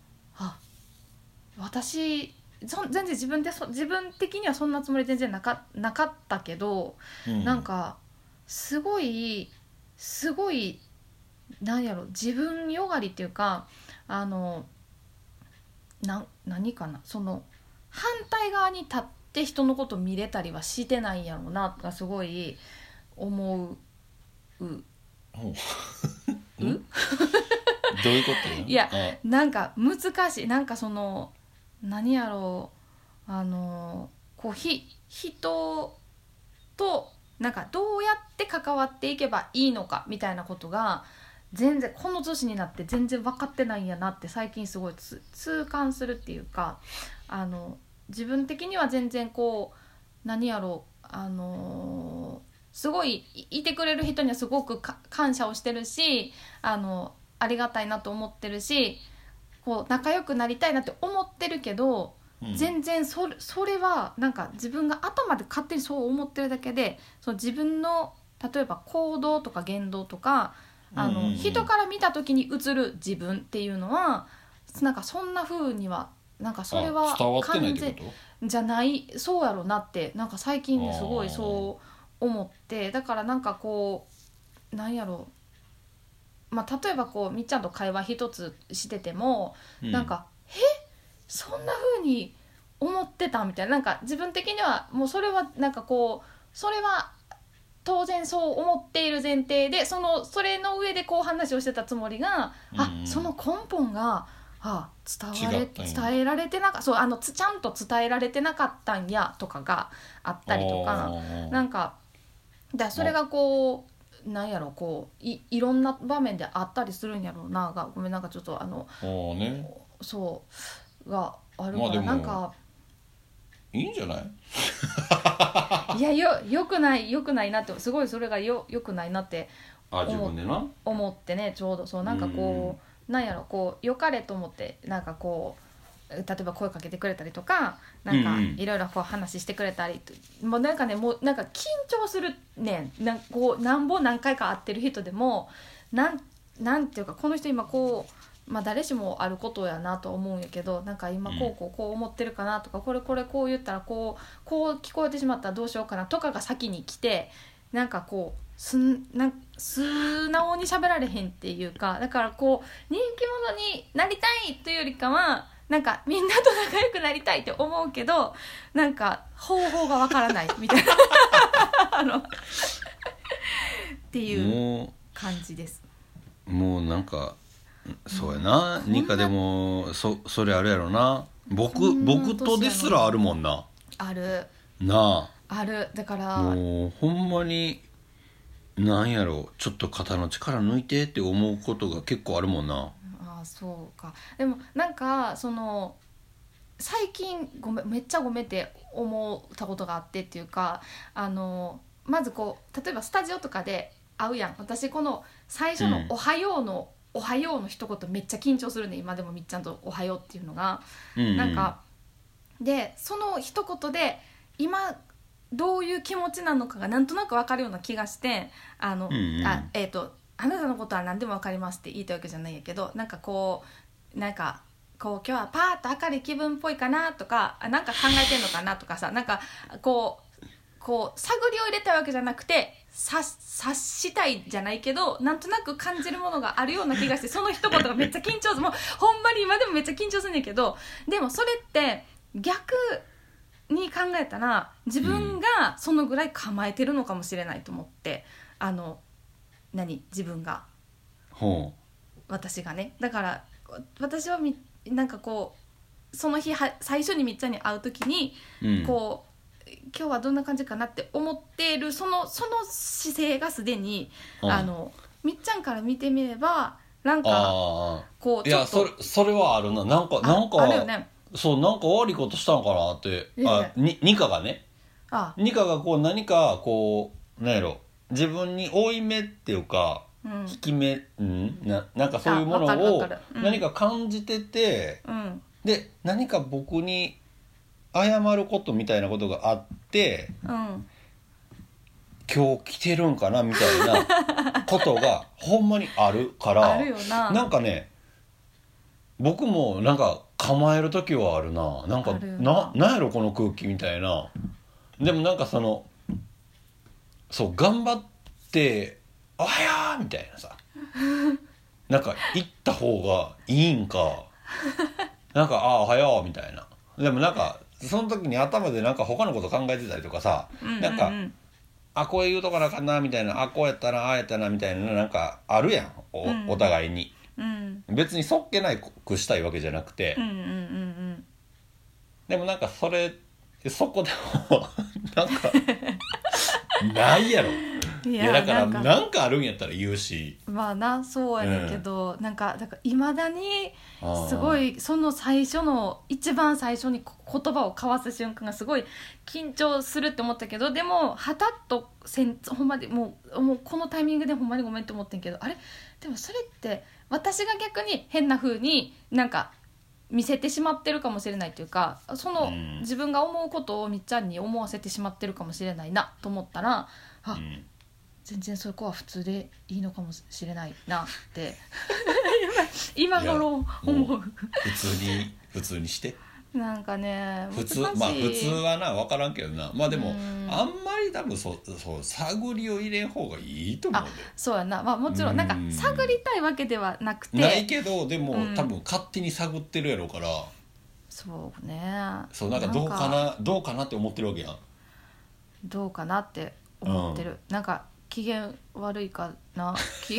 私全然自分的にはそんなつもり全然なかったけど、なんかすごいなんやろ、自分よがりっていうか何かな、その反対側に立って人のこと見れたりはしてないんやろうながすごい思う。 どういうこといやなんか難しい、なんかその何やろう、こう人となんかどうやって関わっていけばいいのかみたいなことが全然この年になって全然分かってないんやなって最近すごい痛感するっていうか、自分的には全然こう何やろう、すごいいてくれる人にはすごく感謝をしてるし、ありがたいなと思ってるし、こう仲良くなりたいなって思ってるけど、全然それはなんか自分が頭で勝手にそう思ってるだけで、その自分の例えば行動とか言動とか人から見た時に映る自分っていうのはなんかそんな風にはなんかそれは完全じゃない、そうやろなってなんか最近すごいそう思って、だからなんかこうなんやろう、例えばこうみっちゃんと会話一つしてても、なんかそんな風に思ってたみたいな、なんか自分的にはもうそれはなんかこうそれは当然そう思っている前提でそれの上でこう話をしてたつもりが、その根本が伝えられてなかった、そうちゃんと伝えられてなかったんやとかがあったりとか、なんかそれがこうなんやろこういろんな場面であったりするんやろうなが、ごめんなんかちょっとそうがあるから、 まあでもなんかいいんじゃないいやよくないなって、すごいそれがよくないなって自分でな思ってね、ちょうどそうなんかこう、なんやろこう良かれと思ってなんかこう例えば声かけてくれたりとかなんかいろいろこう話してくれたり、もうなんかねもうなんか緊張するねん、こう何回か会ってる人でもなんていうかこの人今こう誰しもあることやなと思うんやけど、なんか今こう思ってるかなとか、これこう言ったらこう聞こえてしまったらどうしようかなとかが先に来て、なんかこう素直に喋られへんっていうか、だからこう人気者になりたいというよりかはなんかみんなと仲良くなりたいって思うけど、なんか方法がわからないみたいなっていう感じです。 もうなんかそうやな、ニカでもそれあるやろな、僕とですらあるもんな。 あるなある、だからもうほんまになんやろ、ちょっと肩の力抜いてって思うことが結構あるもんな。 あ、そうか。でもなんかその最近めっちゃごめんって思ったことがあってっていうか、まずこう例えばスタジオとかで会うやん。私この最初のおはようの一言めっちゃ緊張するね、今でもみっちゃんとおはようっていうのが、なんかでその一言で今どういう気持ちなのかがなんとなく分かるような気がして、あなたのことは何でも分かりますって言いたいわけじゃないんやけど、なんかこう今日はパーッと明るい気分っぽいかなとか、なんか考えてんのかなとかさ、なんかこう探りを入れたいわけじゃなくて察したいじゃないけど、なんとなく感じるものがあるような気がして、その一言がめっちゃ緊張する、もうほんまに今でもめっちゃ緊張するんやけど、でもそれって逆に考えたら自分がそのぐらい構えてるのかもしれないと思って、自分が私がね、だから私はなんかこうその日最初にみっちゃんに会う時に、こう今日はどんな感じかなって思っているその姿勢がすでに、みっちゃんから見てみればなんかこうちょっと、 いやそれはあるな、なんかあるよね。 そう、なんか悪いことしたのかなって、ニカがね、ニカがこう何かこうなんやろ、自分に負い目っていうか、引き目、なんかそういうものを何か感じてて、で何か僕に謝ることみたいなことがあって、今日来てるんかなみたいなことがほんまにあるからあるよな。 なんかね、僕もなんか構える時はあるな、なんかなんやろこの空気みたいな。でもなんかそう頑張っておはようみたいなさなんか言った方がいいんかなんかおはようみたいな。でもなんかその時に頭でなんか他のこと考えてたりとかさ、なんかこう言うとかなあかんなみたいな、こうやったなやったなみたいな、なんかあるやん、お互いに、別にそっけないくしたいわけじゃなくて、でもなんかそこでもなんかないやろ。いやだからなんかあるんやったら言うし、 まあな、そうやねんけど、なんかだからいまだにすごいその一番最初に言葉を交わす瞬間がすごい緊張するって思ったけど、でもはたっとほんまにもうこのタイミングでほんまにごめんって思ってんけど、あれでもそれって私が逆に変な風になんか見せてしまってるかもしれないというか、自分が思うことをみっちゃんに思わせてしまってるかもしれないなと思ったら、全然そこは普通でいいのかもしれないなって今頃思う。 普通にしてなんかね、 普通はな分からんけどな、まあでもあんまり多分そう探りを入れん方がいいと思うで。 そうやな、まあもちろんなんか探りたいわけではなくて、 ないけどでも、多分勝手に探ってるやろから、 そうね、 そうなんかどうかなって思ってるわけやん。 どうかなって思ってる、なんか機嫌悪いかな。い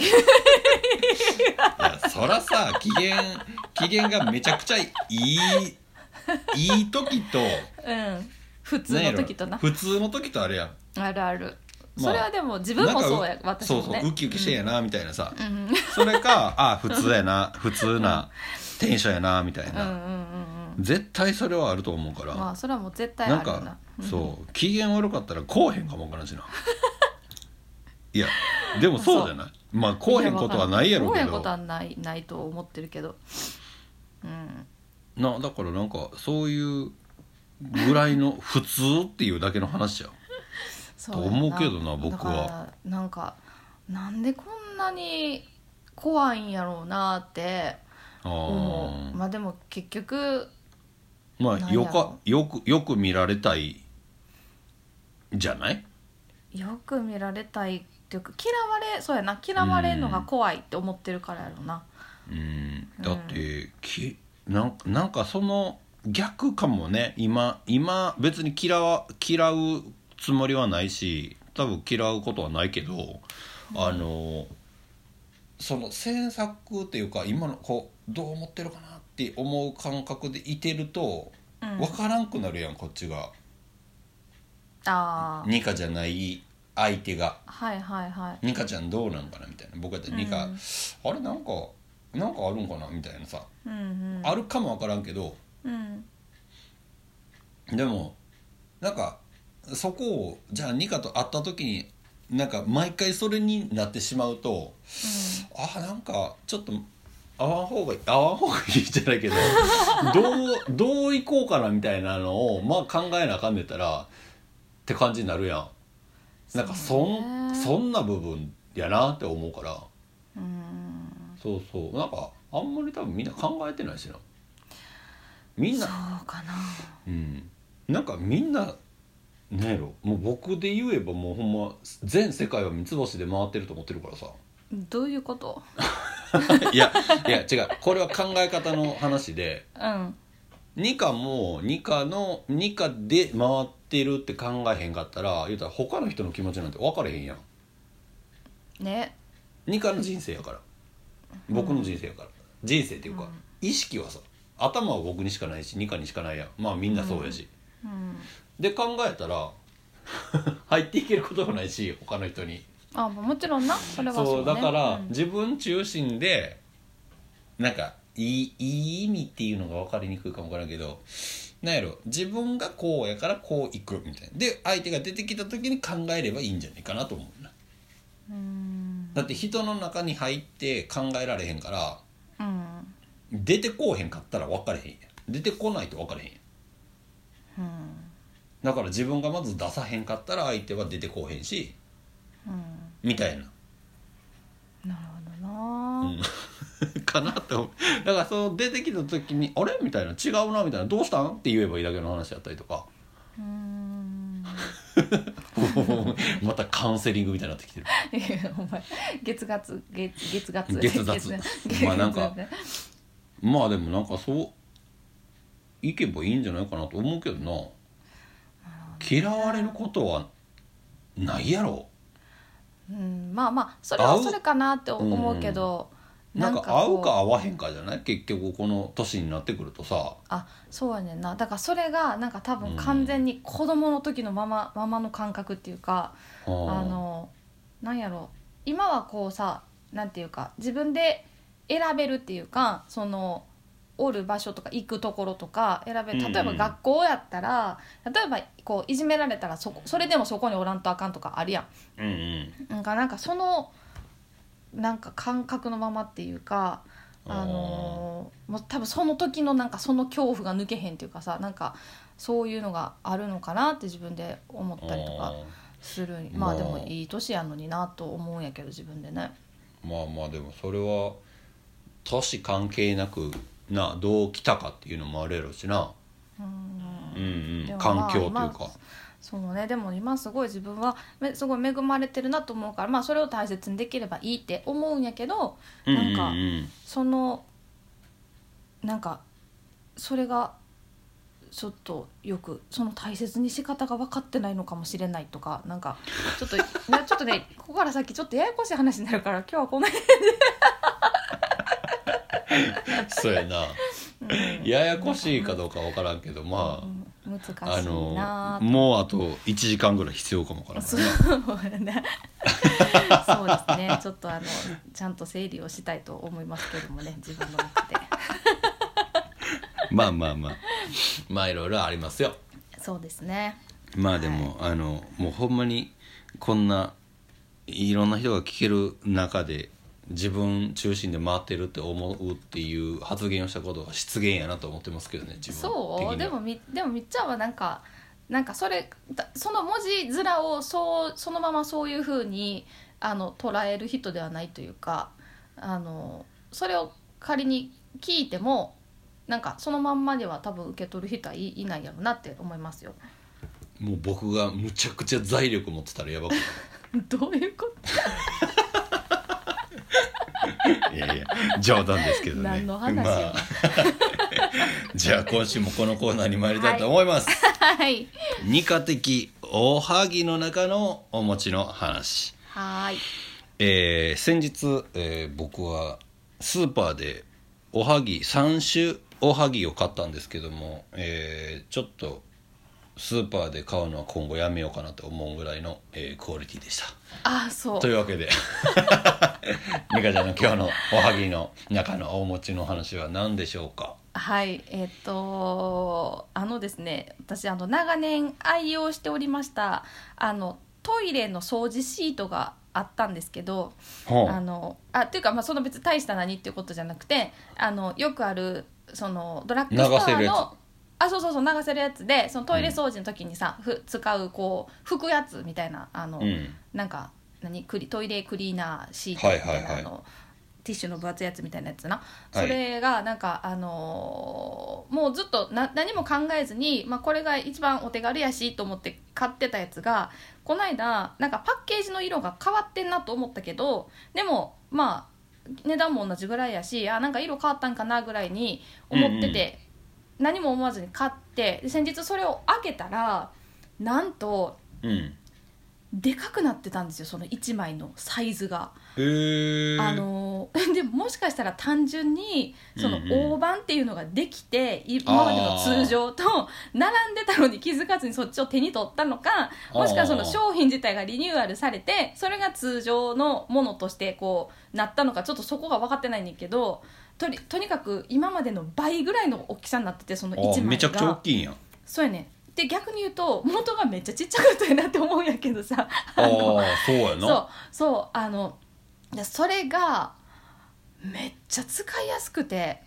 やそらさ、機嫌がめちゃくちゃいい時と、 普通の時とな、 普通の時とあるやん。 あるある、それはでも自分もそうや、私もね、 そうウキウキしてんやなみたいなさ、それか普通やな普通なテンションやなみたいな、 うんうんうんうん、 絶対それはあると思うから、 まあそれはもう絶対あるな。 なんか、そう機嫌悪かったらこうへんかもわからんしな。いやでもそうじゃない。まあこうへんことはないやろうけど、 こうへんことはないと思ってるけど、 だからなんかそういうぐらいの普通っていうだけの話やと思うけどな僕は。だからなんかなんでこんなに怖いんやろうなって思う。まあでも結局まあよく見られたいじゃない。 よく見られたいっていうか嫌われるのが怖いって思ってるからやろうな。 だってなんかその逆かもね。今別に嫌うつもりはないし多分嫌うことはないけど、その詮索っていうか今のこうどう思ってるかなって思う感覚でいてると、分からんくなるやんこっちが。ニカじゃない相手が、 はいはいはい、 ニカちゃんどうなんかなみたいな。僕だってニカ、あれなんかあるんかなみたいなさ、あるかも分からんけど、でもなんかそこをじゃあニカと会った時になんか毎回それになってしまうと、なんかちょっと会わん方がいいじゃないけどどう行こうかなみたいなのをまあ考えなあかんねったらって感じになるやん。なんかそんな部分やなって思うから、そうなんかあんまり多分みんな考えてないしな。みんなそうかな。 なんかみんななんやろ、もう僕で言えばもうほんま全世界は三つ星で回ってると思ってるからさ。 どういうこと？ いや違う、これは考え方の話で、ニカもニカで回ってるって考えへんかったら言うたら他の人の気持ちなんて分かれへんやんね。 ニカの人生やから、僕の人生やから、人生っていうか、意識はさ頭は僕にしかないしニカにしかないやん。まあみんなそうやし、で考えたら入っていけることがないし他の人に。 もちろんな、それはそうだから、自分中心でなんかいい意味っていうのが分かりにくいかも分からんけど、なんやろ、自分がこうやからこういくみたいなで相手が出てきた時に考えればいいんじゃないかなと思うな。だって人の中に入って考えられへんから、出てこうへんかったら分かれへんやん。出てこないと分かれへんやん。だから自分がまず出さへんかったら相手は出てこうへんし、みたいな。 なるほどな、 かなって思う。だからその出てきた時にあれみたいな、違うなみたいな、どうしたんって言えばいいだけの話だったりとか。またカウンセリングみたいになってきてる。 お前月雑まあなんかまあでもなんかそういけばいいんじゃないかなと思うけどな。嫌われることはないやろ。 まあそれはそれかなって思うけど、 なんか合うか合わへんかじゃない。結局この年になってくるとさ。 そうやねんな。だからそれがなんか多分完全に子供の時のままの感覚っていうか、なんやろ、今はこうさ、なんていうか自分で選べるっていうか、そのおる場所とか行くところとか選べる。例えば学校やったら、例えばこういじめられたらそれでもそこにおらんとあかんとかあるやん。なんかそのなんか感覚のままっていうか、もう多分その時のなんかその恐怖が抜けへんっていうかさ、なんかそういうのがあるのかなって自分で思ったりとかする。まあでもいい年やのになと思うんやけど自分でね。 まあでもそれは年関係なくな、どう来たかっていうのもあるやろしな。環境というか。 そうね。でも今すごい自分はすごい恵まれてるなと思うから、まあそれを大切にできればいいって思うんやけど、なんかそのなんかそれがちょっとよくその大切に仕方が分かってないのかもしれないとか、なんかちょっとねここから先ちょっとややこしい話になるから今日はこの辺でそうやな、ややこしいかどうか分からんけど、まあ、 難しいな。 もうあと1時間ぐらい必要かもからね。 そうねそうですね、ちょっとちゃんと整理をしたいと思いますけどもね、自分の中でまあいろいろありますよ。 そうですね。 まあでも、はい、もうほんまにこんないろんな人が聞ける中で自分中心で回ってるって思うっていう発言をしたことが失言やなと思ってますけどね、自分的には。 そうでもみっちゃんはなんかその文字面をそのままそういう風に捉える人ではないというか、それを仮に聞いてもなんかそのまんまでは多分受け取る人はいないやろなって思いますよ。 もう僕がむちゃくちゃ財力持ってたらやばくないどういうこといや冗談ですけどね。 何の話よ、 じゃあ今週もこのコーナーに参りたいと思います。 はい。 二課的おはぎの中のお餅の話。 はい。 先日、僕はスーパーでおはぎ3種おはぎを買ったんですけども、ちょっとスーパーで買うのは今後やめようかなと思うぐらいの、クオリティでした。 あ、そう。 というわけでニカちゃんの今日のおはぎの中のお餅の話は何でしょうか。 はい、ですね、私長年愛用しておりましたトイレの掃除シートがあったんですけど、っていうか、その別に大した何っていうことじゃなくて、よくあるそのドラッグストアのそう流せるやつで、そのトイレ掃除の時にさ、使うこう拭くやつみたいななんかトイレクリーナーシートみたいな、ティッシュの分厚いやつみたいなやつな、それがなんかもうずっと何も考えずに、これが一番お手軽やしと思って買ってたやつが、この間なんかパッケージの色が変わってんなと思ったけど、でも値段も同じぐらいやし、なんか色変わったんかなぐらいに思ってて、何も思わずに買って、で先日それを開けたらなんと、でかくなってたんですよ、その1枚のサイズが。でももしかしたら単純にその大判っていうのができて、今までの通常と並んでたのに気づかずにそっちを手に取ったのか、もしくはその商品自体がリニューアルされてそれが通常のものとしてこうなったのか、ちょっとそこが分かってないんだけど、とにかく今までの倍ぐらいの大きさになってて、その1枚がめちゃくちゃ大きいんや。 そうやね。で逆に言うと元がめっちゃちっちゃかったやなって思うんやけどさ、 そうやな。 そうそれがめっちゃ使いやすくて、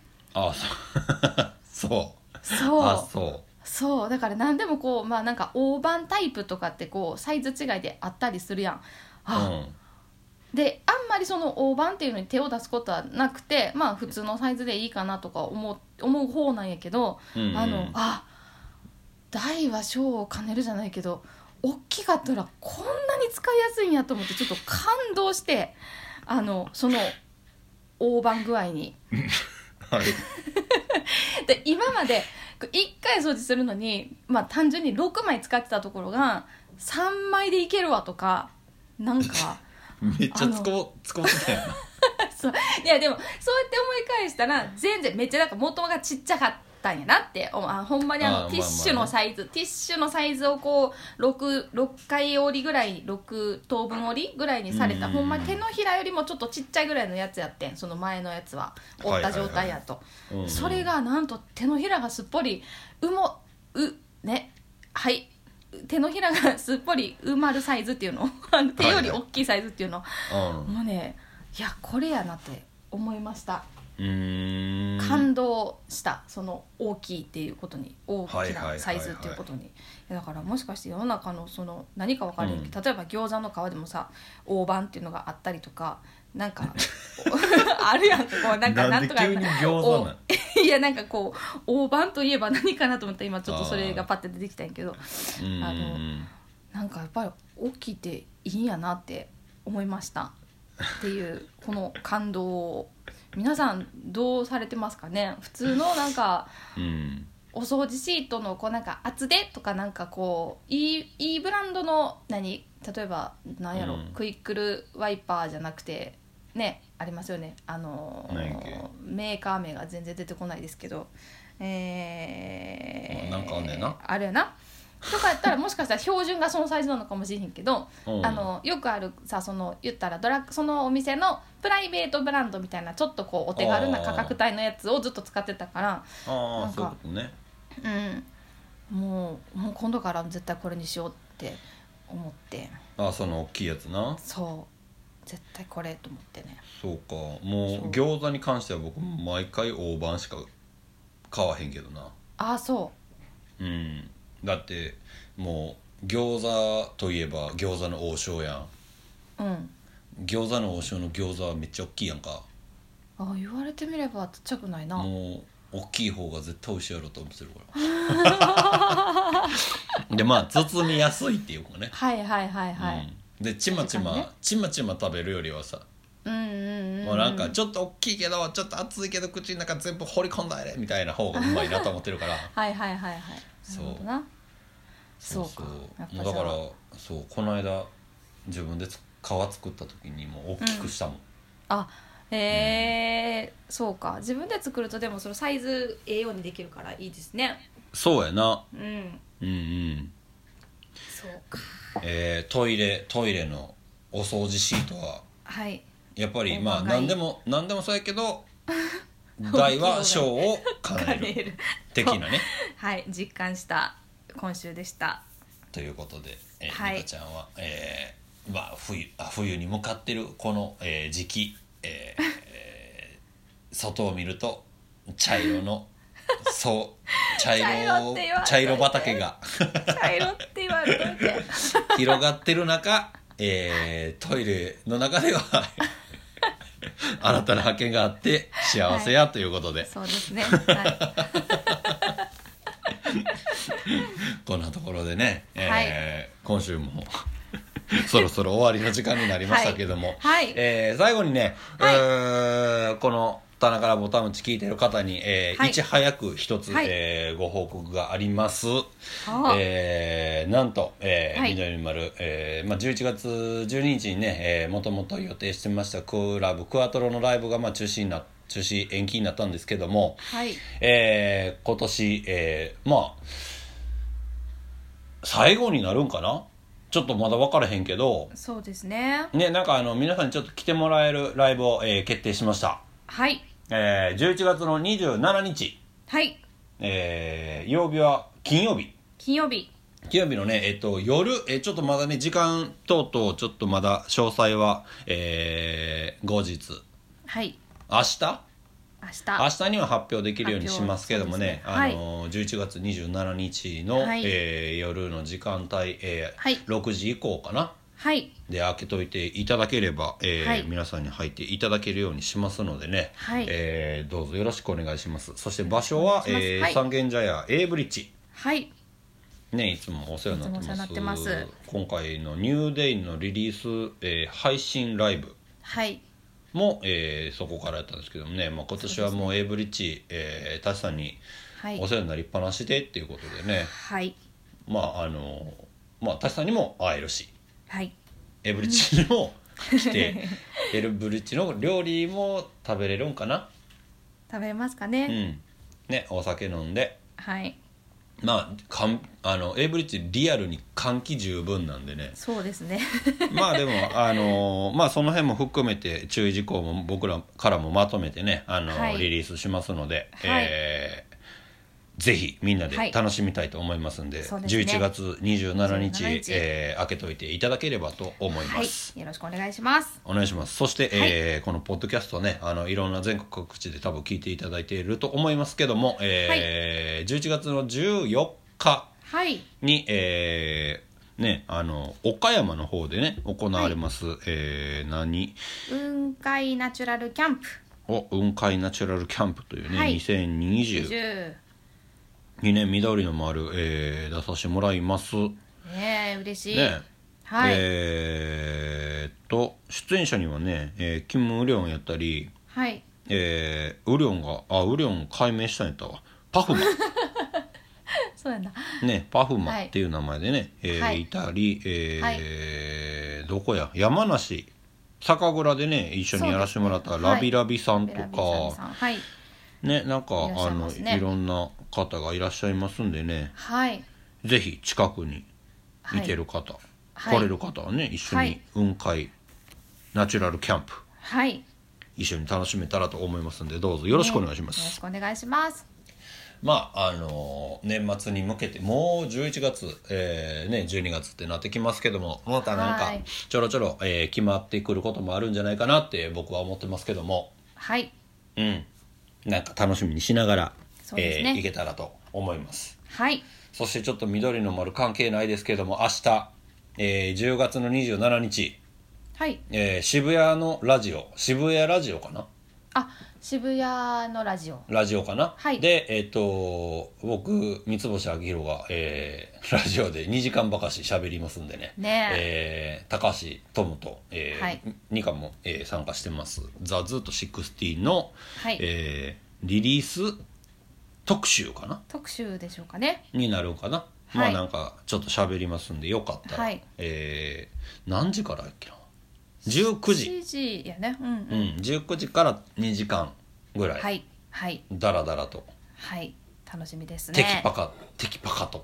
そうだから何でもこう、なんか大判タイプとかってこうサイズ違いであったりするやん。であんまりその大判っていうのに手を出すことはなくて、普通のサイズでいいかなとか思う方なんやけど、大は小を兼ねるじゃないけど、大きかったらこんなに使いやすいんやと思ってちょっと感動して、その大判具合にで今まで1回掃除するのに、単純に6枚使ってたところが3枚でいけるわとか、なんかめっちゃ使ってたよなそういやでもそうやって思い返したら全然めっちゃなんか元がちっちゃかったんやなって、ほんまにティッシュのサイズ、ティッシュのサイズをこう 6回折りぐらい、6等分折りぐらいにされた、ほんま手のひらよりもちょっとちっちゃいぐらいのやつやってん、その前のやつは折った状態やと、それがなんと手のひらがすっぽり手のひらがすっぽり埋まるサイズっていうの手より大きいサイズっていうの、もうね、いやこれやなって思いました。感動した、その大きいっていうことに、大きなサイズっていうことに。だからもしかして世の中のその何か分かるんけど、例えば餃子の皮でもさ大判っていうのがあったりとか、なんかあるやん、こうなんかなんとかなんで急に餃子なんいやなんかこう大判といえば何かなと思ったら今ちょっとそれがパッて出てきたんやけど、なんかやっぱり大きいっていいんやなって思いましたっていうこの感動を皆さんどうされてますかね。普通のなんか、お掃除シートのこうなんか厚手とか、なんかこういいブランドの例えばなんやろ、クイックルワイパーじゃなくてね、ありますよね、メーカー名が全然出てこないですけど、 なんかあんねんな、 あれやなとかやったらもしかしたら標準がそのサイズなのかもしれへんけどよくあるさ、その言ったらそのお店のプライベートブランドみたいなちょっとこうお手軽な価格帯のやつをずっと使ってたから、 なんかそういうことね、 もう今度から絶対これにしようって思って、 その大きいやつな、 そう絶対これと思ってね。 そうか、もう餃子に関しては僕毎回大判しか買わへんけどな。 そうだってもう餃子といえば餃子の王将やん。餃子の王将の餃子はめっちゃ大きいやんか。 言われてみればちっちゃくないな。 もう大きい方が絶対美味しいやろと思ってるからで包みやすいっていうかね。でちまちま食べるよりはさ、もうなんかちょっと大きいけどちょっと熱いけど口の中全部放り込んだやれみたいな方がうまいなと思ってるからそうか。もうだからそうこの間自分で皮作った時にもう大きくしたもん。 そうか、自分で作るとでもそのサイズようにできるからいいですね。 そうやな。 そうか。 トイレのお掃除シートはやっぱりまあ何でもそうやけど大は小を兼ねる的なね実感した今週でした。 ということで美香ちゃんは冬に向かってるこの時期外を見ると茶色畑が茶色って言われといて広がってる中、トイレの中では新たな発見があって幸せやということで、 そうですね、 こんなところでね、今週もそろそろ終わりの時間になりましたけども、最後にね、この田中らぼたむち聞いてる方に、いち早く一つ、ご報告があります。なんと、緑丸、11月12日にね、もともと予定してましたクワトロのライブが中止延期になったんですけども、今年、最後になるんかな、ちょっとまだ分からへんけど、 そうですね。 なんか皆さんにちょっと来てもらえるライブを、決定しました。11月の27日。曜日は金曜日のね、夜、ちょっとまだね時間等々ちょっとまだ詳細は、後日、明日には発表できるようにしますけどもね、11月27日の、夜の時間帯、6時以降かな、で開けといていただければ、皆さんに入っていただけるようにしますのでね、どうぞよろしくお願いします。そして場所は、三軒茶屋 A ブリッジ、いつもお世話になってます。今回のニューデイのリリース、配信ライブも、そこからやったんですけどもね、今年はもう A ブリッジ、タシさんにお世話になりっぱなしでっていうことでね、タシさんにも会えるし、A ブリッジにも来てA ブリッジの料理も食べれるんかな、 食べれますかね、 お酒飲んで、A ブリッジリアルに換気十分なんでね、 そうですねでもその辺も含めて注意事項も僕らからもまとめてねリリースしますので、ぜひみんなで楽しみたいと思いますんで、11月27日、開けといていただければと思います。 よろしくお願いします。 お願いします。そして、このポッドキャストね、いろんな全国各地で多分聞いていただいていると思いますけども、11月の14日に、岡山の方でね行われます、 雲海ナチュラルキャンプ、 雲海ナチュラルキャンプというね、2022年緑の丸、出させてもらいます。 嬉しい。 出演者にはね、キム・ウリョンやったり、ウリョン改名したんやったわ、パフマそうやなパフマっていう名前でね、いたり、どこや、山梨酒蔵でね一緒にやらせてもらったラビラビさんとか、 ね、なんかいろんな方がいらっしゃいますんでね、 はい、 ぜひ近くに行ける方、来れる方はね、一緒に雲海ナチュラルキャンプ、一緒に楽しめたらと思いますので、どうぞよろしくお願いします。 よろしくお願いします。 年末に向けてもう11月、12月ってなってきますけども、またなんかちょろちょろ、決まってくることもあるんじゃないかなって僕は思ってますけども、なんか楽しみにしながら、いけたらと思います。そしてちょっと緑の丸関係ないですけども、明日、10月の27日、渋谷のラジオ、渋谷ラジオかな、 渋谷のラジオかな、で僕三星明宏が、ラジオで2時間ばかし喋りますんでね、高橋トムと、ニカも、参加してますザ・ズート16の、リリース特集かな、 特集でしょうかね、 になるかな、なんかちょっと喋りますんで、よかったら、何時からやっけな、19時 7時やね、 19時から2時間ぐらい、だらだらと、 楽しみですね。 テキパカと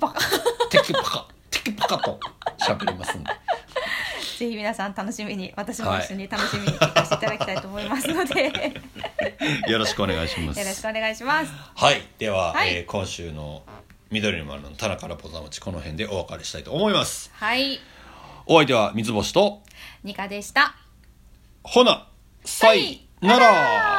喋りますんでぜひ皆さん楽しみに、私も一緒に楽しみに聞かせていただきたいと思いますのでよろしくお願いします。 よろしくお願いします。 では、今週の緑の丸の棚からポザムチ、この辺でお別れしたいと思います。お相手は三つ星とニカでした。 ほなさいなら。